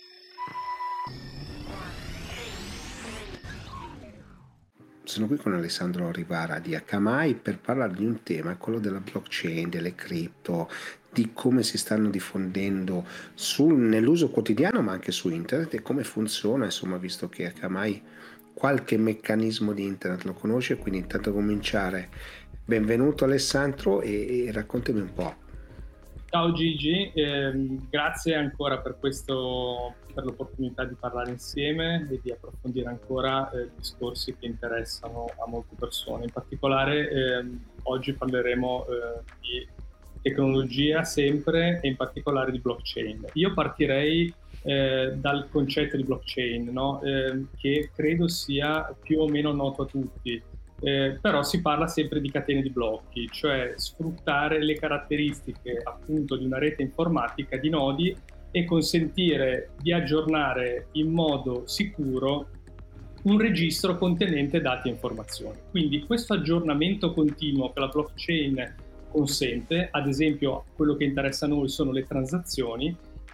Sono qui con Alessandro Rivara di Akamai per parlare di un tema, quello della blockchain, delle cripto, di come si stanno diffondendo sul, nell'uso quotidiano ma anche su internet e come funziona, insomma, visto che Akamai qualche meccanismo di internet lo conosce, quindi intanto cominciare. Benvenuto Alessandro e, e raccontami un po'. Ciao Gigi, eh, grazie ancora per questo, per l'opportunità di parlare insieme e di approfondire ancora eh, discorsi che interessano a molte persone. In particolare eh, oggi parleremo eh, di tecnologia sempre e in particolare di blockchain. Io partirei eh, dal concetto di blockchain, no? eh, che credo sia più o meno noto a tutti. Eh, però si parla sempre di catene di blocchi, cioè sfruttare le caratteristiche appunto di una rete informatica di nodi e consentire di aggiornare in modo sicuro un registro contenente dati e informazioni. Quindi questo aggiornamento continuo che la blockchain consente, ad esempio quello che interessa a noi sono le transazioni,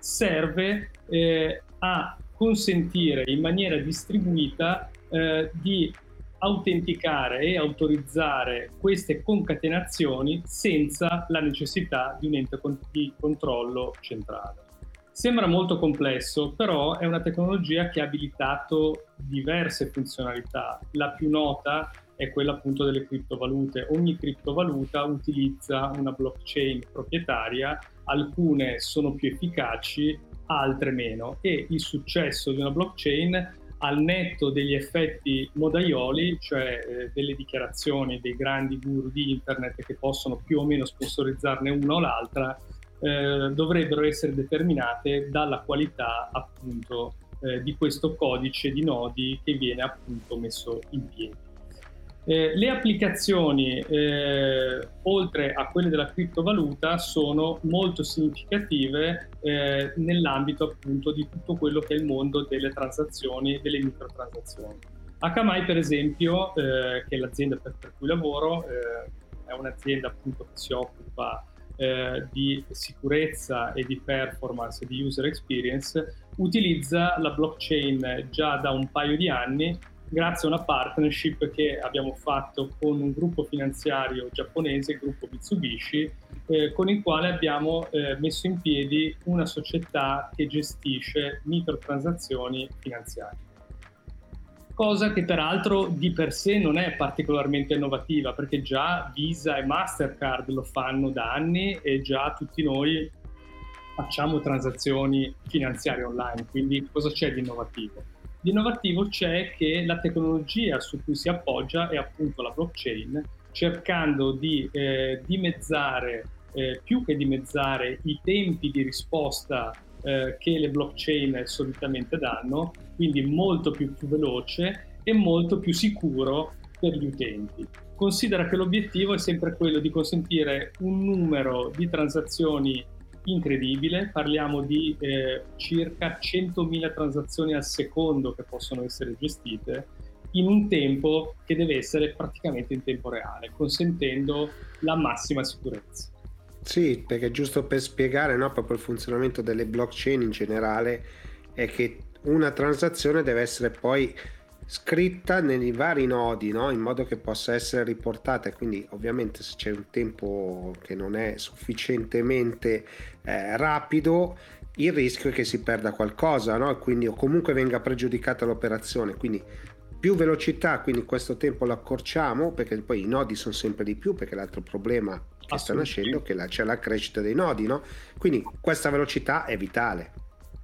serve eh, a consentire in maniera distribuita eh, di autenticare e autorizzare queste concatenazioni senza la necessità di un ente di controllo centrale. Sembra molto complesso, però è una tecnologia che ha abilitato diverse funzionalità. La più nota è quella appunto delle criptovalute. Ogni criptovaluta utilizza una blockchain proprietaria, alcune sono più efficaci, altre meno, e il successo di una blockchain al netto degli effetti modaioli, cioè eh, delle dichiarazioni dei grandi guru di internet che possono più o meno sponsorizzarne una o l'altra, eh, dovrebbero essere determinate dalla qualità appunto eh, di questo codice di nodi che viene appunto messo in piedi. Eh, le applicazioni, eh, oltre a quelle della criptovaluta, sono molto significative eh, nell'ambito appunto di tutto quello che è il mondo delle transazioni, delle microtransazioni. Akamai, per esempio, eh, che è l'azienda per, per cui lavoro, eh, è un'azienda appunto che si occupa eh, di sicurezza e di performance e di user experience, utilizza la blockchain già da un paio di anni grazie a una partnership che abbiamo fatto con un gruppo finanziario giapponese, il gruppo Mitsubishi, eh, con il quale abbiamo eh, messo in piedi una società che gestisce microtransazioni finanziarie. Cosa che peraltro di per sé non è particolarmente innovativa, perché già Visa e Mastercard lo fanno da anni e già tutti noi facciamo transazioni finanziarie online, quindi cosa c'è di innovativo? Di innovativo c'è che la tecnologia su cui si appoggia è appunto la blockchain, cercando di eh, dimezzare, eh, più che dimezzare, i tempi di risposta eh, che le blockchain solitamente danno, quindi molto più, più veloce e molto più sicuro per gli utenti. Considera che l'obiettivo è sempre quello di consentire un numero di transazioni incredibile, parliamo di eh, circa centomila transazioni al secondo che possono essere gestite in un tempo che deve essere praticamente in tempo reale, consentendo la massima sicurezza. Sì, perché giusto per spiegare, no, proprio il funzionamento delle blockchain in generale, è che una transazione deve essere poi scritta nei vari nodi, no? In modo che possa essere riportata, e quindi ovviamente se c'è un tempo che non è sufficientemente eh, rapido, il rischio è che si perda qualcosa, no? Quindi o comunque venga pregiudicata l'operazione. Quindi più velocità, quindi questo tempo lo accorciamo, perché poi i nodi sono sempre di più, perché l'altro problema che sta nascendo è che la, c'è la crescita dei nodi, no? Quindi questa velocità è vitale.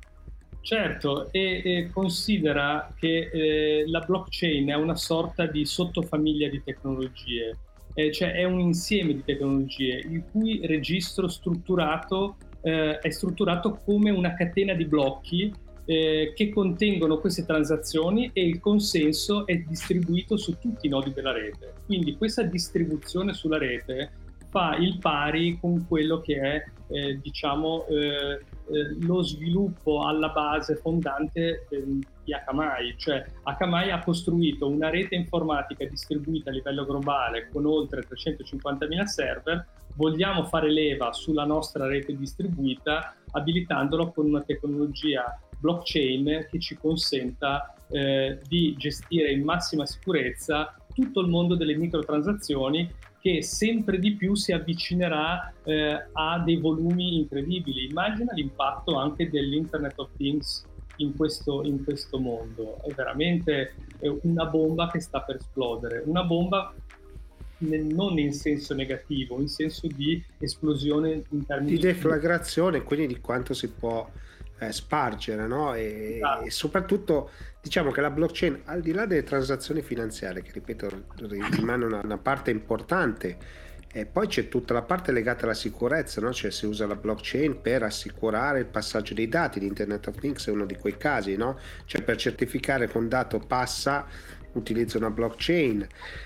Certo, e, e considera che eh, la blockchain è una sorta di sottofamiglia di tecnologie, eh, cioè è un insieme di tecnologie il cui registro strutturato eh, è strutturato come una catena di blocchi eh, che contengono queste transazioni, e il consenso è distribuito su tutti i nodi della rete. Quindi questa distribuzione sulla rete fa il pari con quello che è eh, diciamo eh, lo sviluppo alla base fondante di Akamai. Cioè Akamai ha costruito una rete informatica distribuita a livello globale con oltre trecentocinquantamila server. Vogliamo fare leva sulla nostra rete distribuita abilitandolo con una tecnologia blockchain che ci consenta eh, di gestire in massima sicurezza tutto il mondo delle microtransazioni, che sempre di più si avvicinerà eh, a dei volumi incredibili. Immagina l'impatto anche dell'Internet of Things in questo, in questo mondo. È veramente una bomba che sta per esplodere, una bomba nel, non in senso negativo, in senso di esplosione in termini di deflagrazione, quindi di quanto si può eh, spargere, no? E, esatto. E soprattutto diciamo che la blockchain, al di là delle transazioni finanziarie, che ripeto rimane una, una parte importante, e poi c'è tutta la parte legata alla sicurezza, no? Cioè si usa la blockchain per assicurare il passaggio dei dati. L'Internet of Things è uno di quei casi, no? Cioè per certificare che un dato passa utilizza una blockchain.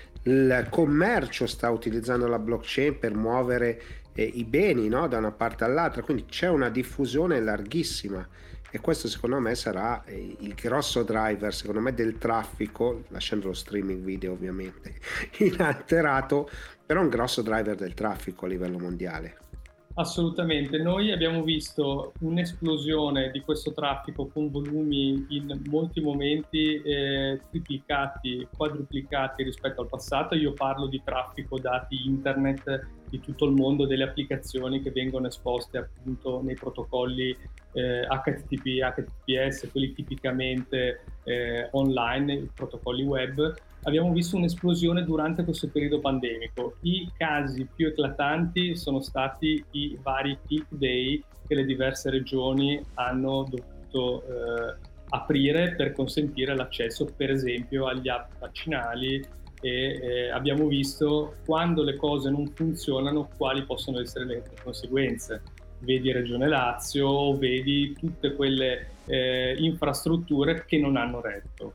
Il commercio sta utilizzando la blockchain per muovere eh, i beni, no? Da una parte all'altra, quindi c'è una diffusione larghissima. E questo secondo me sarà il grosso driver, secondo me, del traffico, lasciando lo streaming video ovviamente inalterato, però un grosso driver del traffico a livello mondiale. Assolutamente, noi abbiamo visto un'esplosione di questo traffico con volumi in molti momenti eh, triplicati, quadruplicati rispetto al passato. Io parlo di traffico dati internet di tutto il mondo, delle applicazioni che vengono esposte appunto nei protocolli eh, H T T P, H T T P S, quelli tipicamente eh, online, i protocolli web. Abbiamo visto un'esplosione durante questo periodo pandemico. I casi più eclatanti sono stati i vari peak day che le diverse regioni hanno dovuto eh, aprire per consentire l'accesso, per esempio, agli app vaccinali, e eh, abbiamo visto quando le cose non funzionano quali possono essere le conseguenze. Vedi Regione Lazio, vedi tutte quelle eh, infrastrutture che non hanno retto.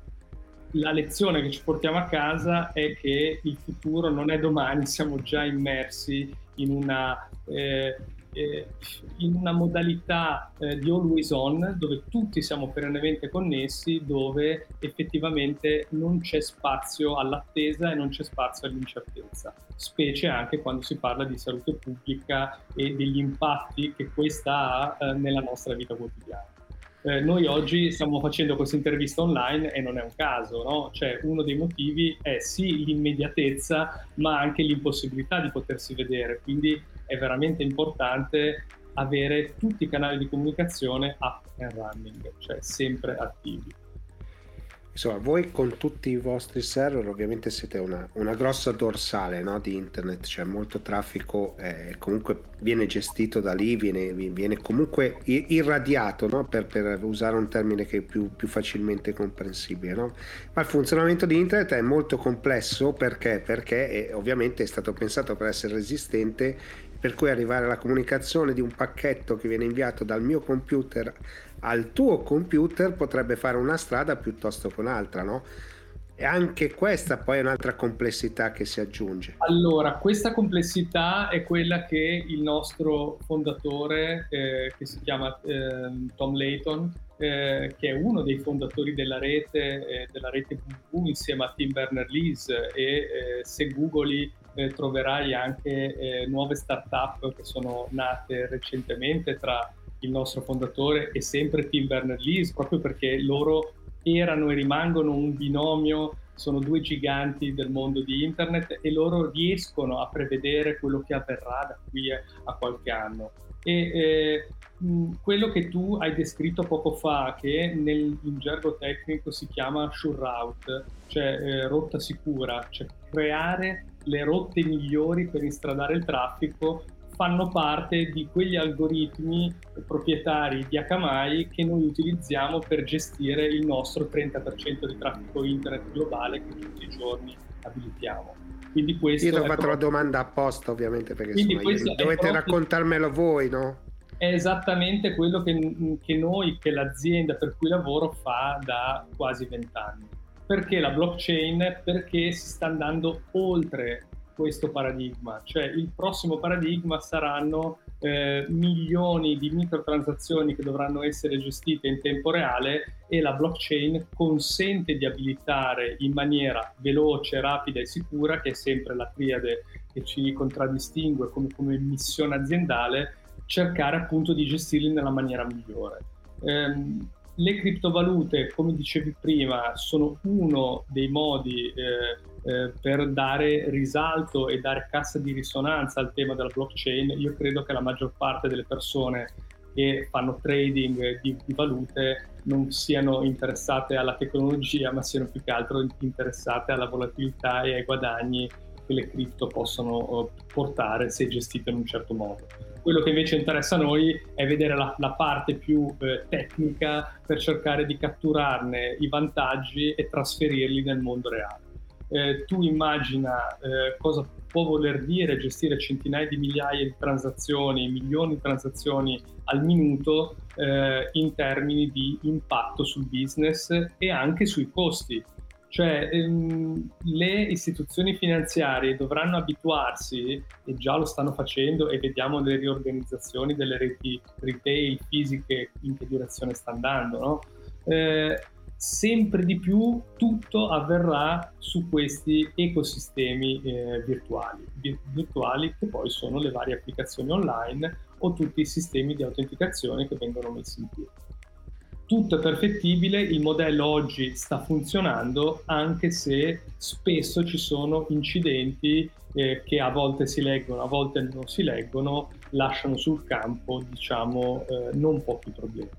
La lezione che ci portiamo a casa è che il futuro non è domani, siamo già immersi in una, eh, eh, in una modalità eh, di always on, dove tutti siamo perennemente connessi, dove effettivamente non c'è spazio all'attesa e non c'è spazio all'incertezza, specie anche quando si parla di salute pubblica e degli impatti che questa ha eh, nella nostra vita quotidiana. Eh, noi oggi stiamo facendo questa intervista online e non è un caso, no? Cioè, uno dei motivi è sì l'immediatezza, ma anche l'impossibilità di potersi vedere, quindi è veramente importante avere tutti i canali di comunicazione up and running, cioè sempre attivi. Insomma, voi con tutti i vostri server ovviamente siete una, una grossa dorsale, no, di internet, cioè molto traffico eh, comunque viene gestito da lì, viene, viene comunque irradiato, no, per, per usare un termine che è più, più facilmente comprensibile, no? Ma il funzionamento di internet è molto complesso perché, perché è, ovviamente è stato pensato per essere resistente, per cui arrivare alla comunicazione di un pacchetto che viene inviato dal mio computer al tuo computer potrebbe fare una strada piuttosto che un'altra, no? E anche questa poi è un'altra complessità che si aggiunge. Allora, questa complessità è quella che il nostro fondatore, eh, che si chiama eh, Tom Layton, eh, che è uno dei fondatori della rete, eh, della rete W W, insieme a Tim Berners-Lee, e eh, se googli eh, troverai anche eh, nuove start-up che sono nate recentemente, tra il nostro fondatore e sempre Tim Berners-Lee, proprio perché loro erano e rimangono un binomio, sono due giganti del mondo di internet e loro riescono a prevedere quello che avverrà da qui a qualche anno. E eh, mh, quello che tu hai descritto poco fa, che nel, in gergo tecnico si chiama sure route, cioè eh, rotta sicura, cioè creare le rotte migliori per instradare il traffico, fanno parte di quegli algoritmi proprietari di Akamai che noi utilizziamo per gestire il nostro trenta per cento di traffico internet globale che tutti i giorni abilitiamo. Quindi questo Io ti ho fatto proprio... la domanda apposta, ovviamente, perché Quindi insomma, io, dovete proprio... raccontarmelo voi, no? È esattamente quello che, che noi, che l'azienda per cui lavoro fa da quasi vent'anni. Perché la blockchain? Perché si sta andando oltre questo paradigma, cioè il prossimo paradigma saranno eh, milioni di microtransazioni che dovranno essere gestite in tempo reale e la blockchain consente di abilitare in maniera veloce, rapida e sicura, che è sempre la triade che ci contraddistingue come, come missione aziendale, cercare appunto di gestirli nella maniera migliore. Ehm, le criptovalute, come dicevi prima, sono uno dei modi eh, Eh, per dare risalto e dare cassa di risonanza al tema della blockchain. Io credo che la maggior parte delle persone che fanno trading di, di valute non siano interessate alla tecnologia, ma siano più che altro interessate alla volatilità e ai guadagni che le cripto possono portare se gestite in un certo modo. Quello che invece interessa a noi è vedere la, la parte più eh, tecnica per cercare di catturarne i vantaggi e trasferirli nel mondo reale. Eh, tu immagina eh, cosa può voler dire gestire centinaia di migliaia di transazioni, milioni di transazioni al minuto eh, in termini di impatto sul business e anche sui costi. Cioè ehm, le istituzioni finanziarie dovranno abituarsi, e già lo stanno facendo, e vediamo le riorganizzazioni delle reti retail fisiche in che direzione sta andando, no? Eh, sempre di più tutto avverrà su questi ecosistemi eh, virtuali, virtuali che poi sono le varie applicazioni online o tutti i sistemi di autenticazione che vengono messi in piedi. Tutto è perfettibile, il modello oggi sta funzionando, anche se spesso ci sono incidenti eh, che a volte si leggono, a volte non si leggono, lasciano sul campo, diciamo, eh, non pochi problemi.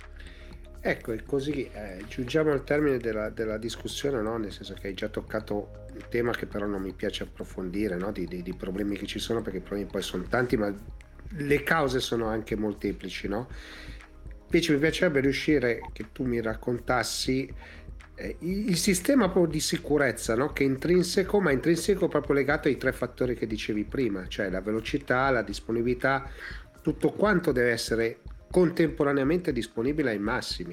Ecco, e così eh, giungiamo al termine della, della discussione, no? Nel senso che hai già toccato un tema che però non mi piace approfondire, no? di, di, di problemi che ci sono, perché i problemi poi sono tanti, ma le cause sono anche molteplici, no? Invece mi piacerebbe riuscire che tu mi raccontassi eh, il sistema proprio di sicurezza, no? Che è intrinseco, ma intrinseco proprio legato ai tre fattori che dicevi prima, cioè la velocità, la disponibilità, tutto quanto deve essere contemporaneamente disponibile ai massimi.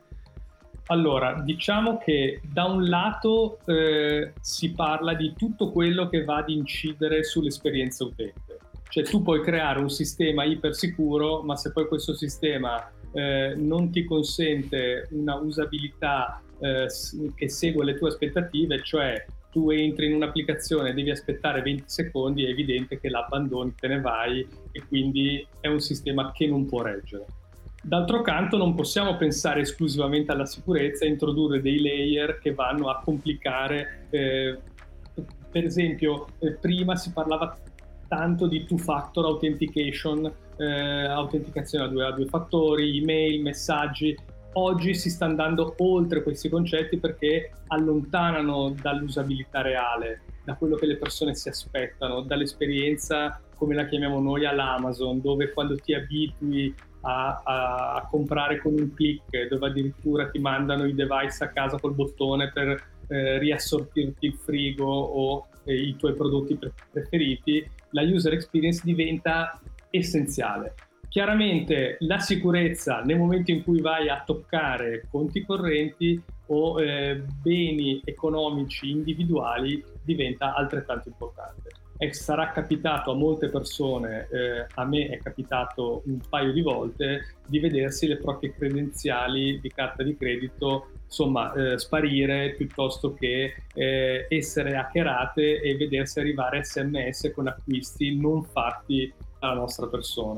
Allora, diciamo che da un lato eh, si parla di tutto quello che va ad incidere sull'esperienza utente. Cioè tu puoi creare un sistema ipersicuro, ma se poi questo sistema eh, non ti consente una usabilità eh, che segue le tue aspettative, cioè tu entri in un'applicazione e devi aspettare venti secondi, è evidente che l'abbandoni, te ne vai, e quindi è un sistema che non può reggere. D'altro canto non possiamo pensare esclusivamente alla sicurezza e introdurre dei layer che vanno a complicare, eh, per esempio eh, prima si parlava tanto di two-factor authentication, eh, autenticazione a due, a due fattori, email, messaggi. Oggi si sta andando oltre questi concetti perché allontanano dall'usabilità reale, da quello che le persone si aspettano, dall'esperienza, come la chiamiamo noi, all'Amazon, dove quando ti abitui a, a, a comprare con un click, dove addirittura ti mandano i device a casa col bottone per eh, riassortirti il frigo o eh, i tuoi prodotti pre- preferiti, la user experience diventa essenziale. Chiaramente la sicurezza nel momento in cui vai a toccare conti correnti o eh, beni economici individuali diventa altrettanto importante. E sarà capitato a molte persone, eh, a me è capitato un paio di volte, di vedersi le proprie credenziali di carta di credito insomma eh, sparire piuttosto che eh, essere hackerate e vedersi arrivare sms con acquisti non fatti dalla nostra persona.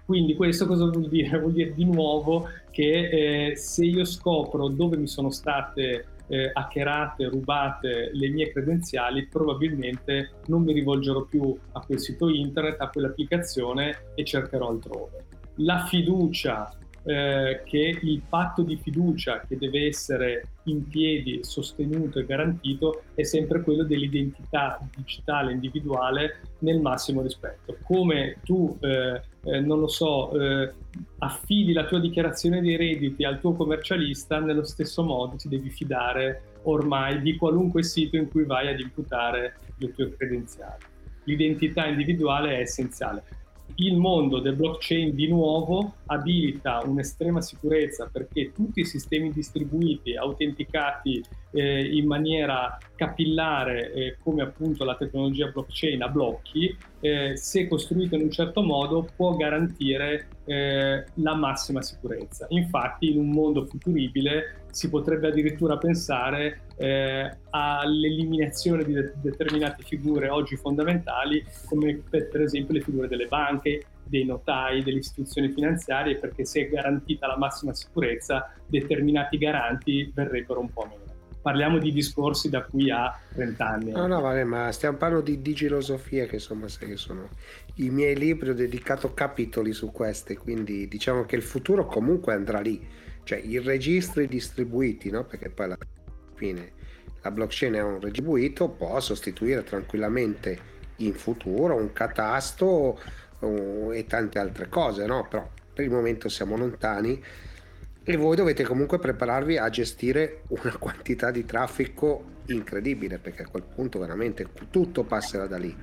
Quindi questo cosa vuol dire? Vuol dire di nuovo che eh, se io scopro dove mi sono state eh, hackerate, rubate le mie credenziali, probabilmente non mi rivolgerò più a quel sito internet, a quell'applicazione e cercherò altrove. La fiducia, eh, che il patto di fiducia che deve essere in piedi, sostenuto e garantito, è sempre quello dell'identità digitale individuale nel massimo rispetto. Come tu, eh, eh, non lo so, eh, affidi la tua dichiarazione dei redditi al tuo commercialista, nello stesso modo ti devi fidare ormai di qualunque sito in cui vai ad imputare le tue credenziali. L'identità individuale è essenziale. Il mondo del blockchain di nuovo abilita un'estrema sicurezza, perché tutti i sistemi distribuiti, autenticati eh, in maniera capillare, eh, come appunto la tecnologia blockchain a blocchi, eh, se costruito in un certo modo può garantire eh, la massima sicurezza. Infatti in un mondo futuribile si potrebbe addirittura pensare eh, all'eliminazione di de- determinate figure oggi fondamentali, come per, per esempio le figure delle banche, dei notai, delle istituzioni finanziarie, perché se è garantita la massima sicurezza, determinati garanti verrebbero un po' meno. Parliamo di discorsi da qui a trenta anni. No, no, vabbè, ma stiamo parlando di digilosofia, che insomma sai che sono i miei libri, ho dedicato capitoli su queste, quindi diciamo che il futuro comunque andrà lì, cioè i registri distribuiti, no? Perché poi alla fine la blockchain è un distribuito, può sostituire tranquillamente in futuro un catasto uh, e tante altre cose, no? Però per il momento siamo lontani e voi dovete comunque prepararvi a gestire una quantità di traffico incredibile, perché a quel punto veramente tutto passerà da lì.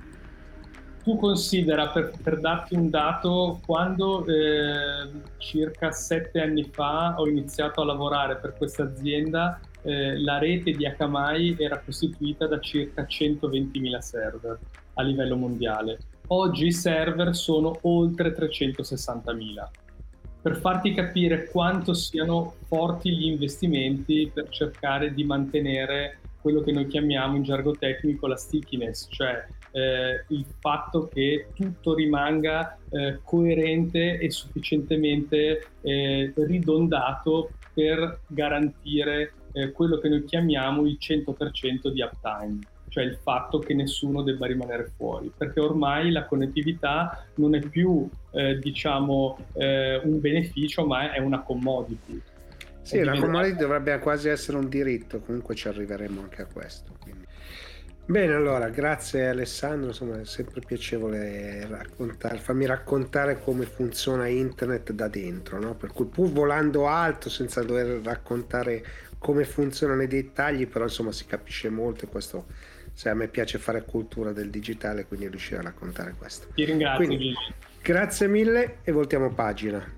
Tu considera, per, per darti un dato, quando eh, circa sette anni fa ho iniziato a lavorare per questa azienda, eh, la rete di Akamai era costituita da circa centoventimila server a livello mondiale. Oggi i server sono oltre trecentosessantamila. Per farti capire quanto siano forti gli investimenti per cercare di mantenere quello che noi chiamiamo in gergo tecnico la stickiness, cioè eh, il fatto che tutto rimanga eh, coerente e sufficientemente eh, ridondato per garantire eh, quello che noi chiamiamo il cento per cento di uptime, cioè il fatto che nessuno debba rimanere fuori, perché ormai la connettività non è più eh, diciamo eh, un beneficio, ma è una commodity. Sì, la commodity dovrebbe quasi essere un diritto, comunque ci arriveremo anche a questo. Quindi. Bene, allora, grazie Alessandro, insomma è sempre piacevole raccontare, farmi raccontare come funziona internet da dentro, no? Per cui pur volando alto senza dover raccontare come funzionano i dettagli, però insomma si capisce molto, e questo, se a me piace fare cultura del digitale, quindi riuscire a raccontare questo. Ti ringrazio. Quindi, grazie mille e voltiamo pagina.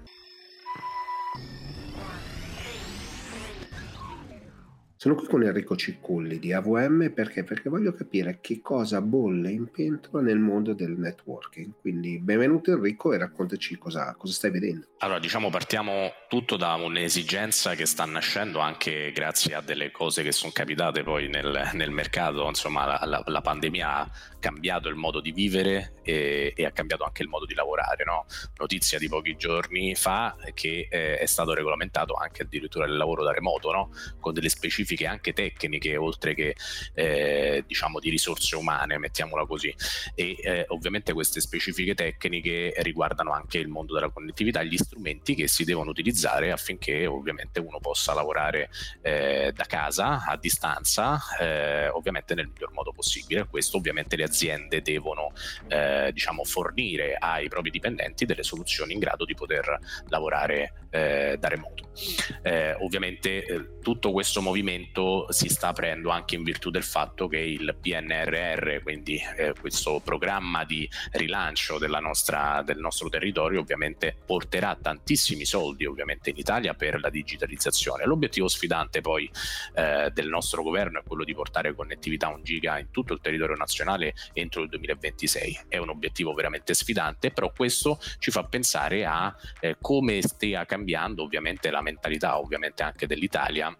Sono qui con Enrico Cicculli di A V M perché? Perché voglio capire che cosa bolle in pentola nel mondo del networking. Quindi benvenuto Enrico e raccontaci cosa, cosa stai vedendo. Allora, diciamo partiamo tutto da un'esigenza che sta nascendo anche grazie a delle cose che sono capitate poi nel, nel mercato. Insomma, la, la, la pandemia ha cambiato il modo di vivere e, e ha cambiato anche il modo di lavorare, no? Notizia di pochi giorni fa che eh, è stato regolamentato anche addirittura il lavoro da remoto, no? Con delle specifiche anche tecniche oltre che eh, diciamo di risorse umane, mettiamola così, e eh, ovviamente queste specifiche tecniche riguardano anche il mondo della connettività, gli strumenti che si devono utilizzare affinché ovviamente uno possa lavorare eh, da casa a distanza, eh, ovviamente nel miglior modo possibile. Questo ovviamente le aziende devono eh, diciamo fornire ai propri dipendenti delle soluzioni in grado di poter lavorare eh, da remoto. Eh, ovviamente eh, tutto questo movimento si sta aprendo anche in virtù del fatto che il P N R R, quindi eh, questo programma di rilancio della nostra, del nostro territorio, ovviamente porterà tantissimi soldi ovviamente in Italia per la digitalizzazione. L'obiettivo sfidante poi eh, del nostro governo è quello di portare connettività un giga in tutto il territorio nazionale entro il duemilaventisei. È un obiettivo veramente sfidante, però questo ci fa pensare a eh, come stia cambiando ovviamente la mentalità ovviamente anche dell'Italia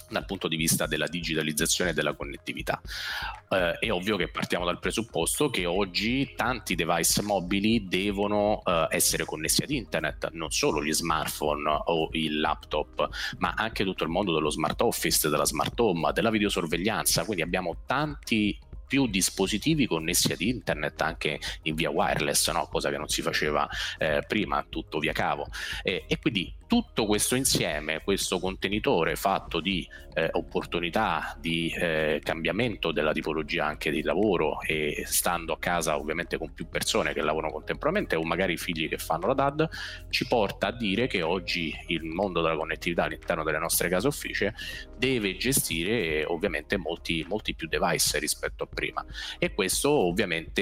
dal punto di vista della digitalizzazione e della connettività. Eh, è ovvio che partiamo dal presupposto che oggi tanti device mobili devono eh, essere connessi ad internet, non solo gli smartphone o il laptop, ma anche tutto il mondo dello smart office, della smart home, della videosorveglianza, quindi abbiamo tanti più dispositivi connessi ad internet anche in via wireless, no? Cosa che non si faceva eh, prima, tutto via cavo, e, e quindi tutto questo insieme, questo contenitore fatto di eh, opportunità di eh, cambiamento della tipologia anche di lavoro, e stando a casa ovviamente con più persone che lavorano contemporaneamente o magari figli che fanno la D A D, ci porta a dire che oggi il mondo della connettività all'interno delle nostre case office deve gestire eh, ovviamente molti, molti più device rispetto a prima, e questo ovviamente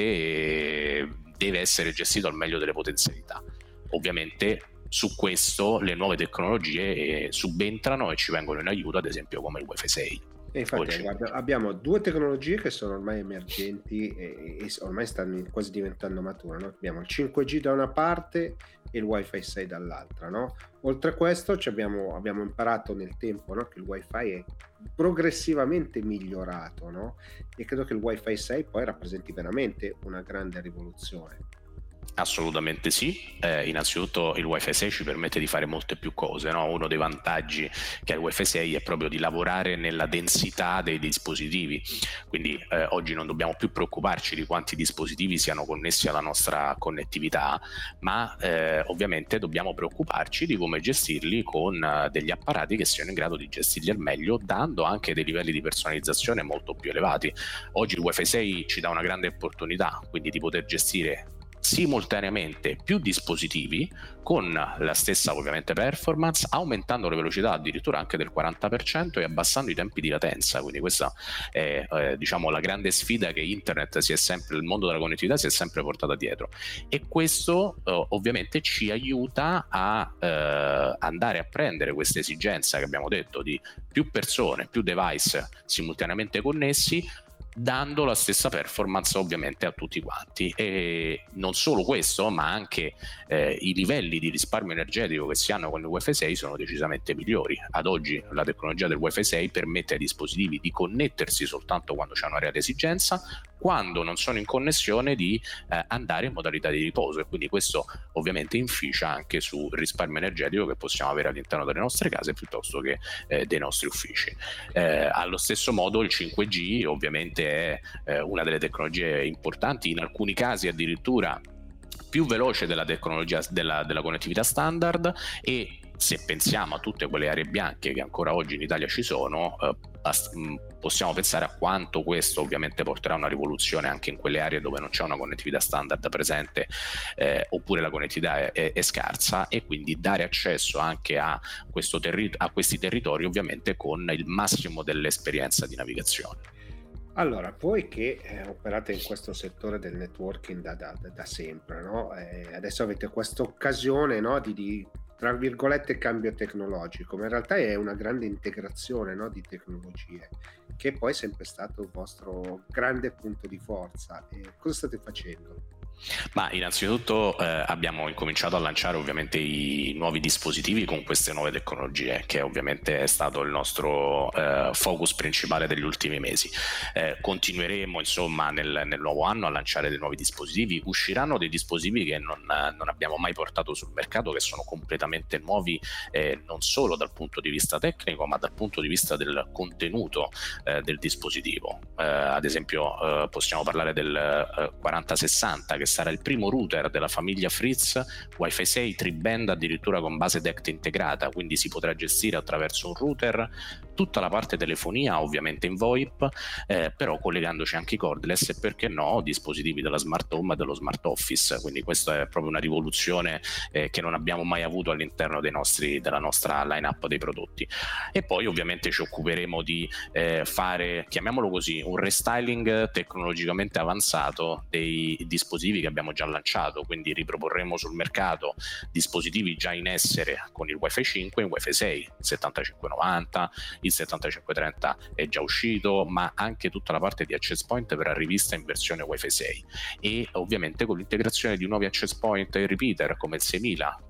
eh, deve essere gestito al meglio delle potenzialità. Ovviamente su questo le nuove tecnologie eh, subentrano e ci vengono in aiuto, ad esempio come il Wi-Fi sei. E infatti guarda, abbiamo due tecnologie che sono ormai emergenti e, e ormai stanno quasi diventando mature, no? Abbiamo il cinque G da una parte e il Wi-Fi sei dall'altra, no? Oltre a questo ci abbiamo, abbiamo imparato nel tempo, no? Che il Wi-Fi è progressivamente migliorato, no? E credo che il Wi-Fi sei poi rappresenti veramente una grande rivoluzione. Assolutamente sì, eh, innanzitutto il Wi-Fi sei ci permette di fare molte più cose, no? Uno dei vantaggi che ha il Wi-Fi sei è proprio di lavorare nella densità dei dispositivi, quindi eh, oggi non dobbiamo più preoccuparci di quanti dispositivi siano connessi alla nostra connettività, ma eh, ovviamente dobbiamo preoccuparci di come gestirli con uh, degli apparati che siano in grado di gestirli al meglio, dando anche dei livelli di personalizzazione molto più elevati. Oggi il Wi-Fi sei ci dà una grande opportunità, quindi di poter gestire simultaneamente più dispositivi con la stessa ovviamente performance, aumentando le velocità addirittura anche del quaranta per cento e abbassando i tempi di latenza. Quindi questa è eh, diciamo la grande sfida che internet si è sempre, il mondo della connettività si è sempre portata dietro, e questo eh, ovviamente ci aiuta a eh, andare a prendere questa esigenza che abbiamo detto di più persone, più device simultaneamente connessi, dando la stessa performance ovviamente a tutti quanti. E non solo questo, ma anche eh, i livelli di risparmio energetico che si hanno con il Wi-Fi sei sono decisamente migliori. Ad oggi la tecnologia del Wi-Fi sei permette ai dispositivi di connettersi soltanto quando c'è una reale esigenza, quando non sono in connessione di eh, andare in modalità di riposo, e quindi questo ovviamente inficia anche sul risparmio energetico che possiamo avere all'interno delle nostre case piuttosto che eh, dei nostri uffici. Eh, allo stesso modo il cinque G ovviamente è eh, una delle tecnologie importanti, in alcuni casi addirittura più veloce della tecnologia della, della connettività standard, e se pensiamo a tutte quelle aree bianche che ancora oggi in Italia ci sono, eh, possiamo pensare a quanto questo ovviamente porterà a una rivoluzione anche in quelle aree dove non c'è una connettività standard presente, eh, oppure la connettività è, è, è scarsa, e quindi dare accesso anche a, questo terri- a questi territori ovviamente con il massimo dell'esperienza di navigazione. Allora, voi che eh, operate in questo settore del networking da, da, da sempre, no? Eh, adesso avete questa occasione, no, di, di, tra virgolette, cambio tecnologico, ma in realtà è una grande integrazione, no, di tecnologie, che poi è sempre stato il vostro grande punto di forza. E cosa state facendo? Ma innanzitutto eh, abbiamo incominciato a lanciare ovviamente i nuovi dispositivi con queste nuove tecnologie, che ovviamente è stato il nostro eh, focus principale degli ultimi mesi. Eh, continueremo insomma nel, nel nuovo anno a lanciare dei nuovi dispositivi. Usciranno dei dispositivi che non, non abbiamo mai portato sul mercato, che sono completamente nuovi, eh, non solo dal punto di vista tecnico ma dal punto di vista del contenuto eh, del dispositivo. Eh, ad esempio eh, possiamo parlare del eh, quaranta sessanta, che sarà il primo router della famiglia Fritz Wi-Fi sei tri-band, addirittura con base D E C T integrata, quindi si potrà gestire attraverso un router tutta la parte telefonia, ovviamente in VoIP, eh, però collegandoci anche i cordless e, perché no, dispositivi della smart home e dello smart office. Quindi questa è proprio una rivoluzione eh, che non abbiamo mai avuto all'interno dei nostri, della nostra line-up dei prodotti. E poi ovviamente ci occuperemo di eh, fare, chiamiamolo così, un restyling tecnologicamente avanzato dei dispositivi che abbiamo già lanciato, quindi riproporremo sul mercato dispositivi già in essere con il Wi-Fi cinque, il Wi-Fi sei, il settantacinque novanta, il settantacinque trenta è già uscito, ma anche tutta la parte di access point verrà rivista in versione Wi-Fi sei, e ovviamente con l'integrazione di nuovi access point e repeater come il seimila, che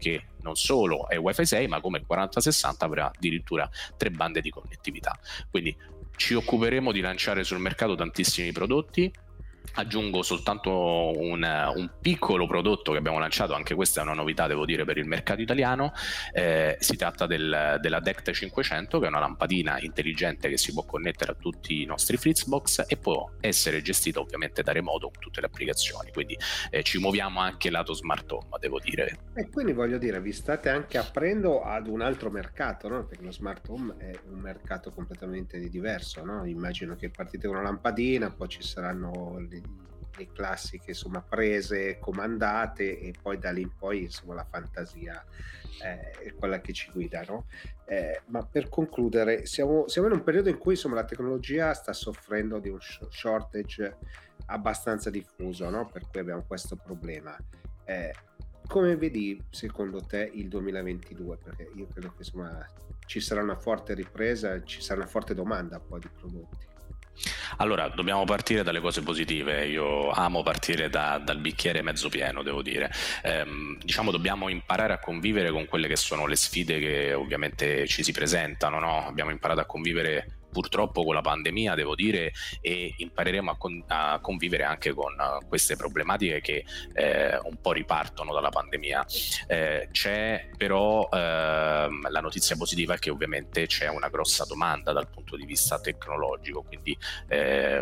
non solo è Wi-Fi sei, ma come il quaranta sessanta avrà addirittura tre bande di connettività. Quindi ci occuperemo di lanciare sul mercato tantissimi prodotti. Aggiungo soltanto un, un piccolo prodotto che abbiamo lanciato, anche questa è una novità devo dire per il mercato italiano. Eh, si tratta del, della D E C T cinquecento, che è una lampadina intelligente che si può connettere a tutti i nostri Fritzbox e può essere gestita ovviamente da remoto con tutte le applicazioni, quindi eh, ci muoviamo anche lato smart home, devo dire. E quindi voglio dire, vi state anche aprendo ad un altro mercato, no? Perché lo smart home è un mercato completamente diverso, no? Immagino che partite con una lampadina, poi ci saranno le, le classiche insomma prese comandate e poi da lì in poi insomma la fantasia eh, è quella che ci guida, no? Eh, ma per concludere, siamo, siamo in un periodo in cui insomma la tecnologia sta soffrendo di un shortage abbastanza diffuso, no? Per cui abbiamo questo problema. Eh, come vedi secondo te il duemilaventidue? Perché io credo che insomma ci sarà una forte ripresa, ci sarà una forte domanda poi di prodotti. Allora, dobbiamo partire dalle cose positive. Io amo partire da, dal bicchiere mezzo pieno, devo dire. Ehm, diciamo, dobbiamo imparare a convivere con quelle che sono le sfide che ovviamente ci si presentano, no? Abbiamo imparato a convivere purtroppo con la pandemia, devo dire, e impareremo a, con, a convivere anche con uh, queste problematiche che eh, un po' ripartono dalla pandemia. Eh, c'è però eh, la notizia positiva è che ovviamente c'è una grossa domanda dal punto di vista tecnologico, quindi eh,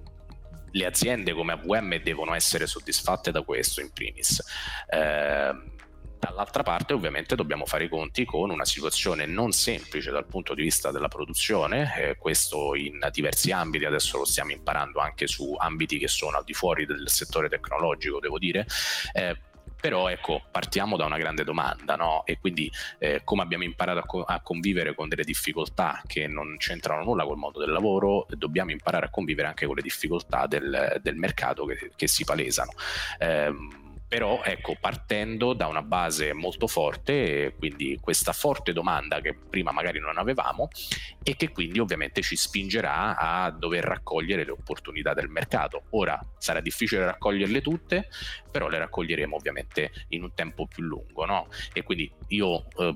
le aziende come A V M devono essere soddisfatte da questo in primis. Eh, Dall'altra parte ovviamente dobbiamo fare i conti con una situazione non semplice dal punto di vista della produzione, eh, questo in diversi ambiti, adesso lo stiamo imparando anche su ambiti che sono al di fuori del settore tecnologico, devo dire, eh, però ecco, partiamo da una grande domanda, no? E quindi eh, come abbiamo imparato a, co- a convivere con delle difficoltà che non c'entrano nulla col mondo del lavoro, dobbiamo imparare a convivere anche con le difficoltà del, del mercato che, che si palesano. Eh, Però ecco, partendo da una base molto forte, quindi questa forte domanda che prima magari non avevamo e che quindi ovviamente ci spingerà a dover raccogliere le opportunità del mercato. Ora sarà difficile raccoglierle tutte, però le raccoglieremo ovviamente in un tempo più lungo, no? E quindi io eh,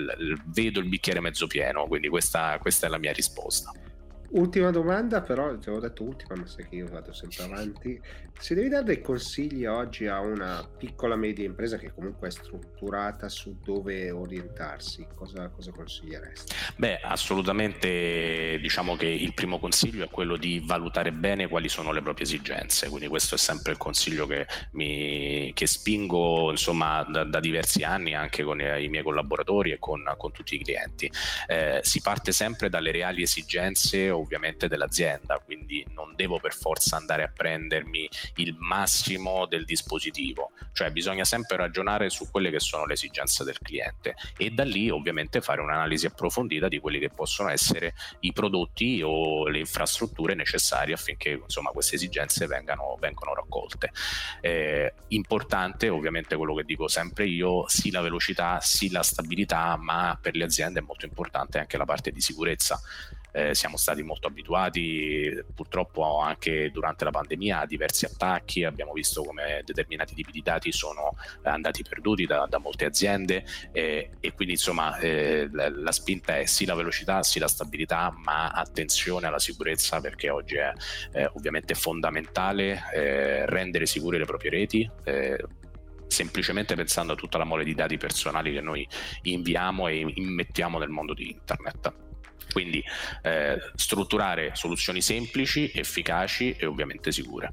vedo il bicchiere mezzo pieno, quindi questa, questa è la mia risposta. Ultima domanda, però ti avevo detto ultima, ma sai che io vado sempre avanti. Se devi dare dei consigli oggi a una piccola media impresa che comunque è strutturata su dove orientarsi, cosa, cosa consiglieresti? Beh, assolutamente, diciamo che il primo consiglio è quello di valutare bene quali sono le proprie esigenze, quindi questo è sempre il consiglio che, mi, che spingo insomma da, da diversi anni anche con i miei collaboratori e con, con tutti i clienti. Eh, si parte sempre dalle reali esigenze ovviamente dell'azienda, quindi non devo per forza andare a prendermi il massimo del dispositivo, cioè bisogna sempre ragionare su quelle che sono le esigenze del cliente e da lì ovviamente fare un'analisi approfondita di quelli che possono essere i prodotti o le infrastrutture necessarie affinché insomma queste esigenze vengano, vengano raccolte. Eh, importante ovviamente quello che dico sempre io, sì la velocità, sì la stabilità, ma per le aziende è molto importante anche la parte di sicurezza. Eh, siamo stati molto abituati purtroppo anche durante la pandemia a diversi attacchi, abbiamo visto come determinati tipi di dati sono andati perduti da, da molte aziende eh, e quindi insomma eh, la, la spinta è sì la velocità, sì la stabilità, ma attenzione alla sicurezza, perché oggi è eh, ovviamente fondamentale eh, rendere sicure le proprie reti, eh, semplicemente pensando a tutta la mole di dati personali che noi inviamo e immettiamo nel mondo di internet. Quindi eh, strutturare soluzioni semplici, efficaci e ovviamente sicure.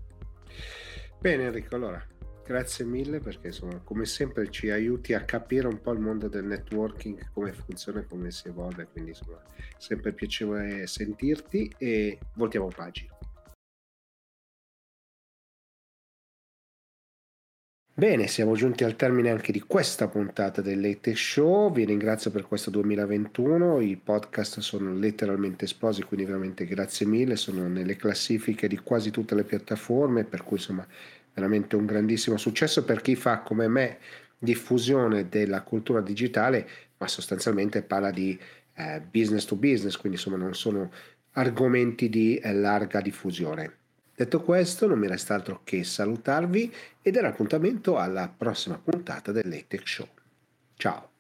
Bene Enrico, allora grazie mille perché insomma come sempre ci aiuti a capire un po' il mondo del networking, come funziona, come si evolve, quindi insomma sempre piacevole sentirti e voltiamo pagina. Bene, siamo giunti al termine anche di questa puntata del Late Show, vi ringrazio per questo duemilaventuno, i podcast sono letteralmente esplosi, quindi veramente grazie mille, sono nelle classifiche di quasi tutte le piattaforme, per cui insomma veramente un grandissimo successo per chi fa come me diffusione della cultura digitale, ma sostanzialmente parla di eh, business to business, quindi insomma non sono argomenti di eh, larga diffusione. Detto questo, non mi resta altro che salutarvi e dare appuntamento alla prossima puntata del Late Show. Ciao!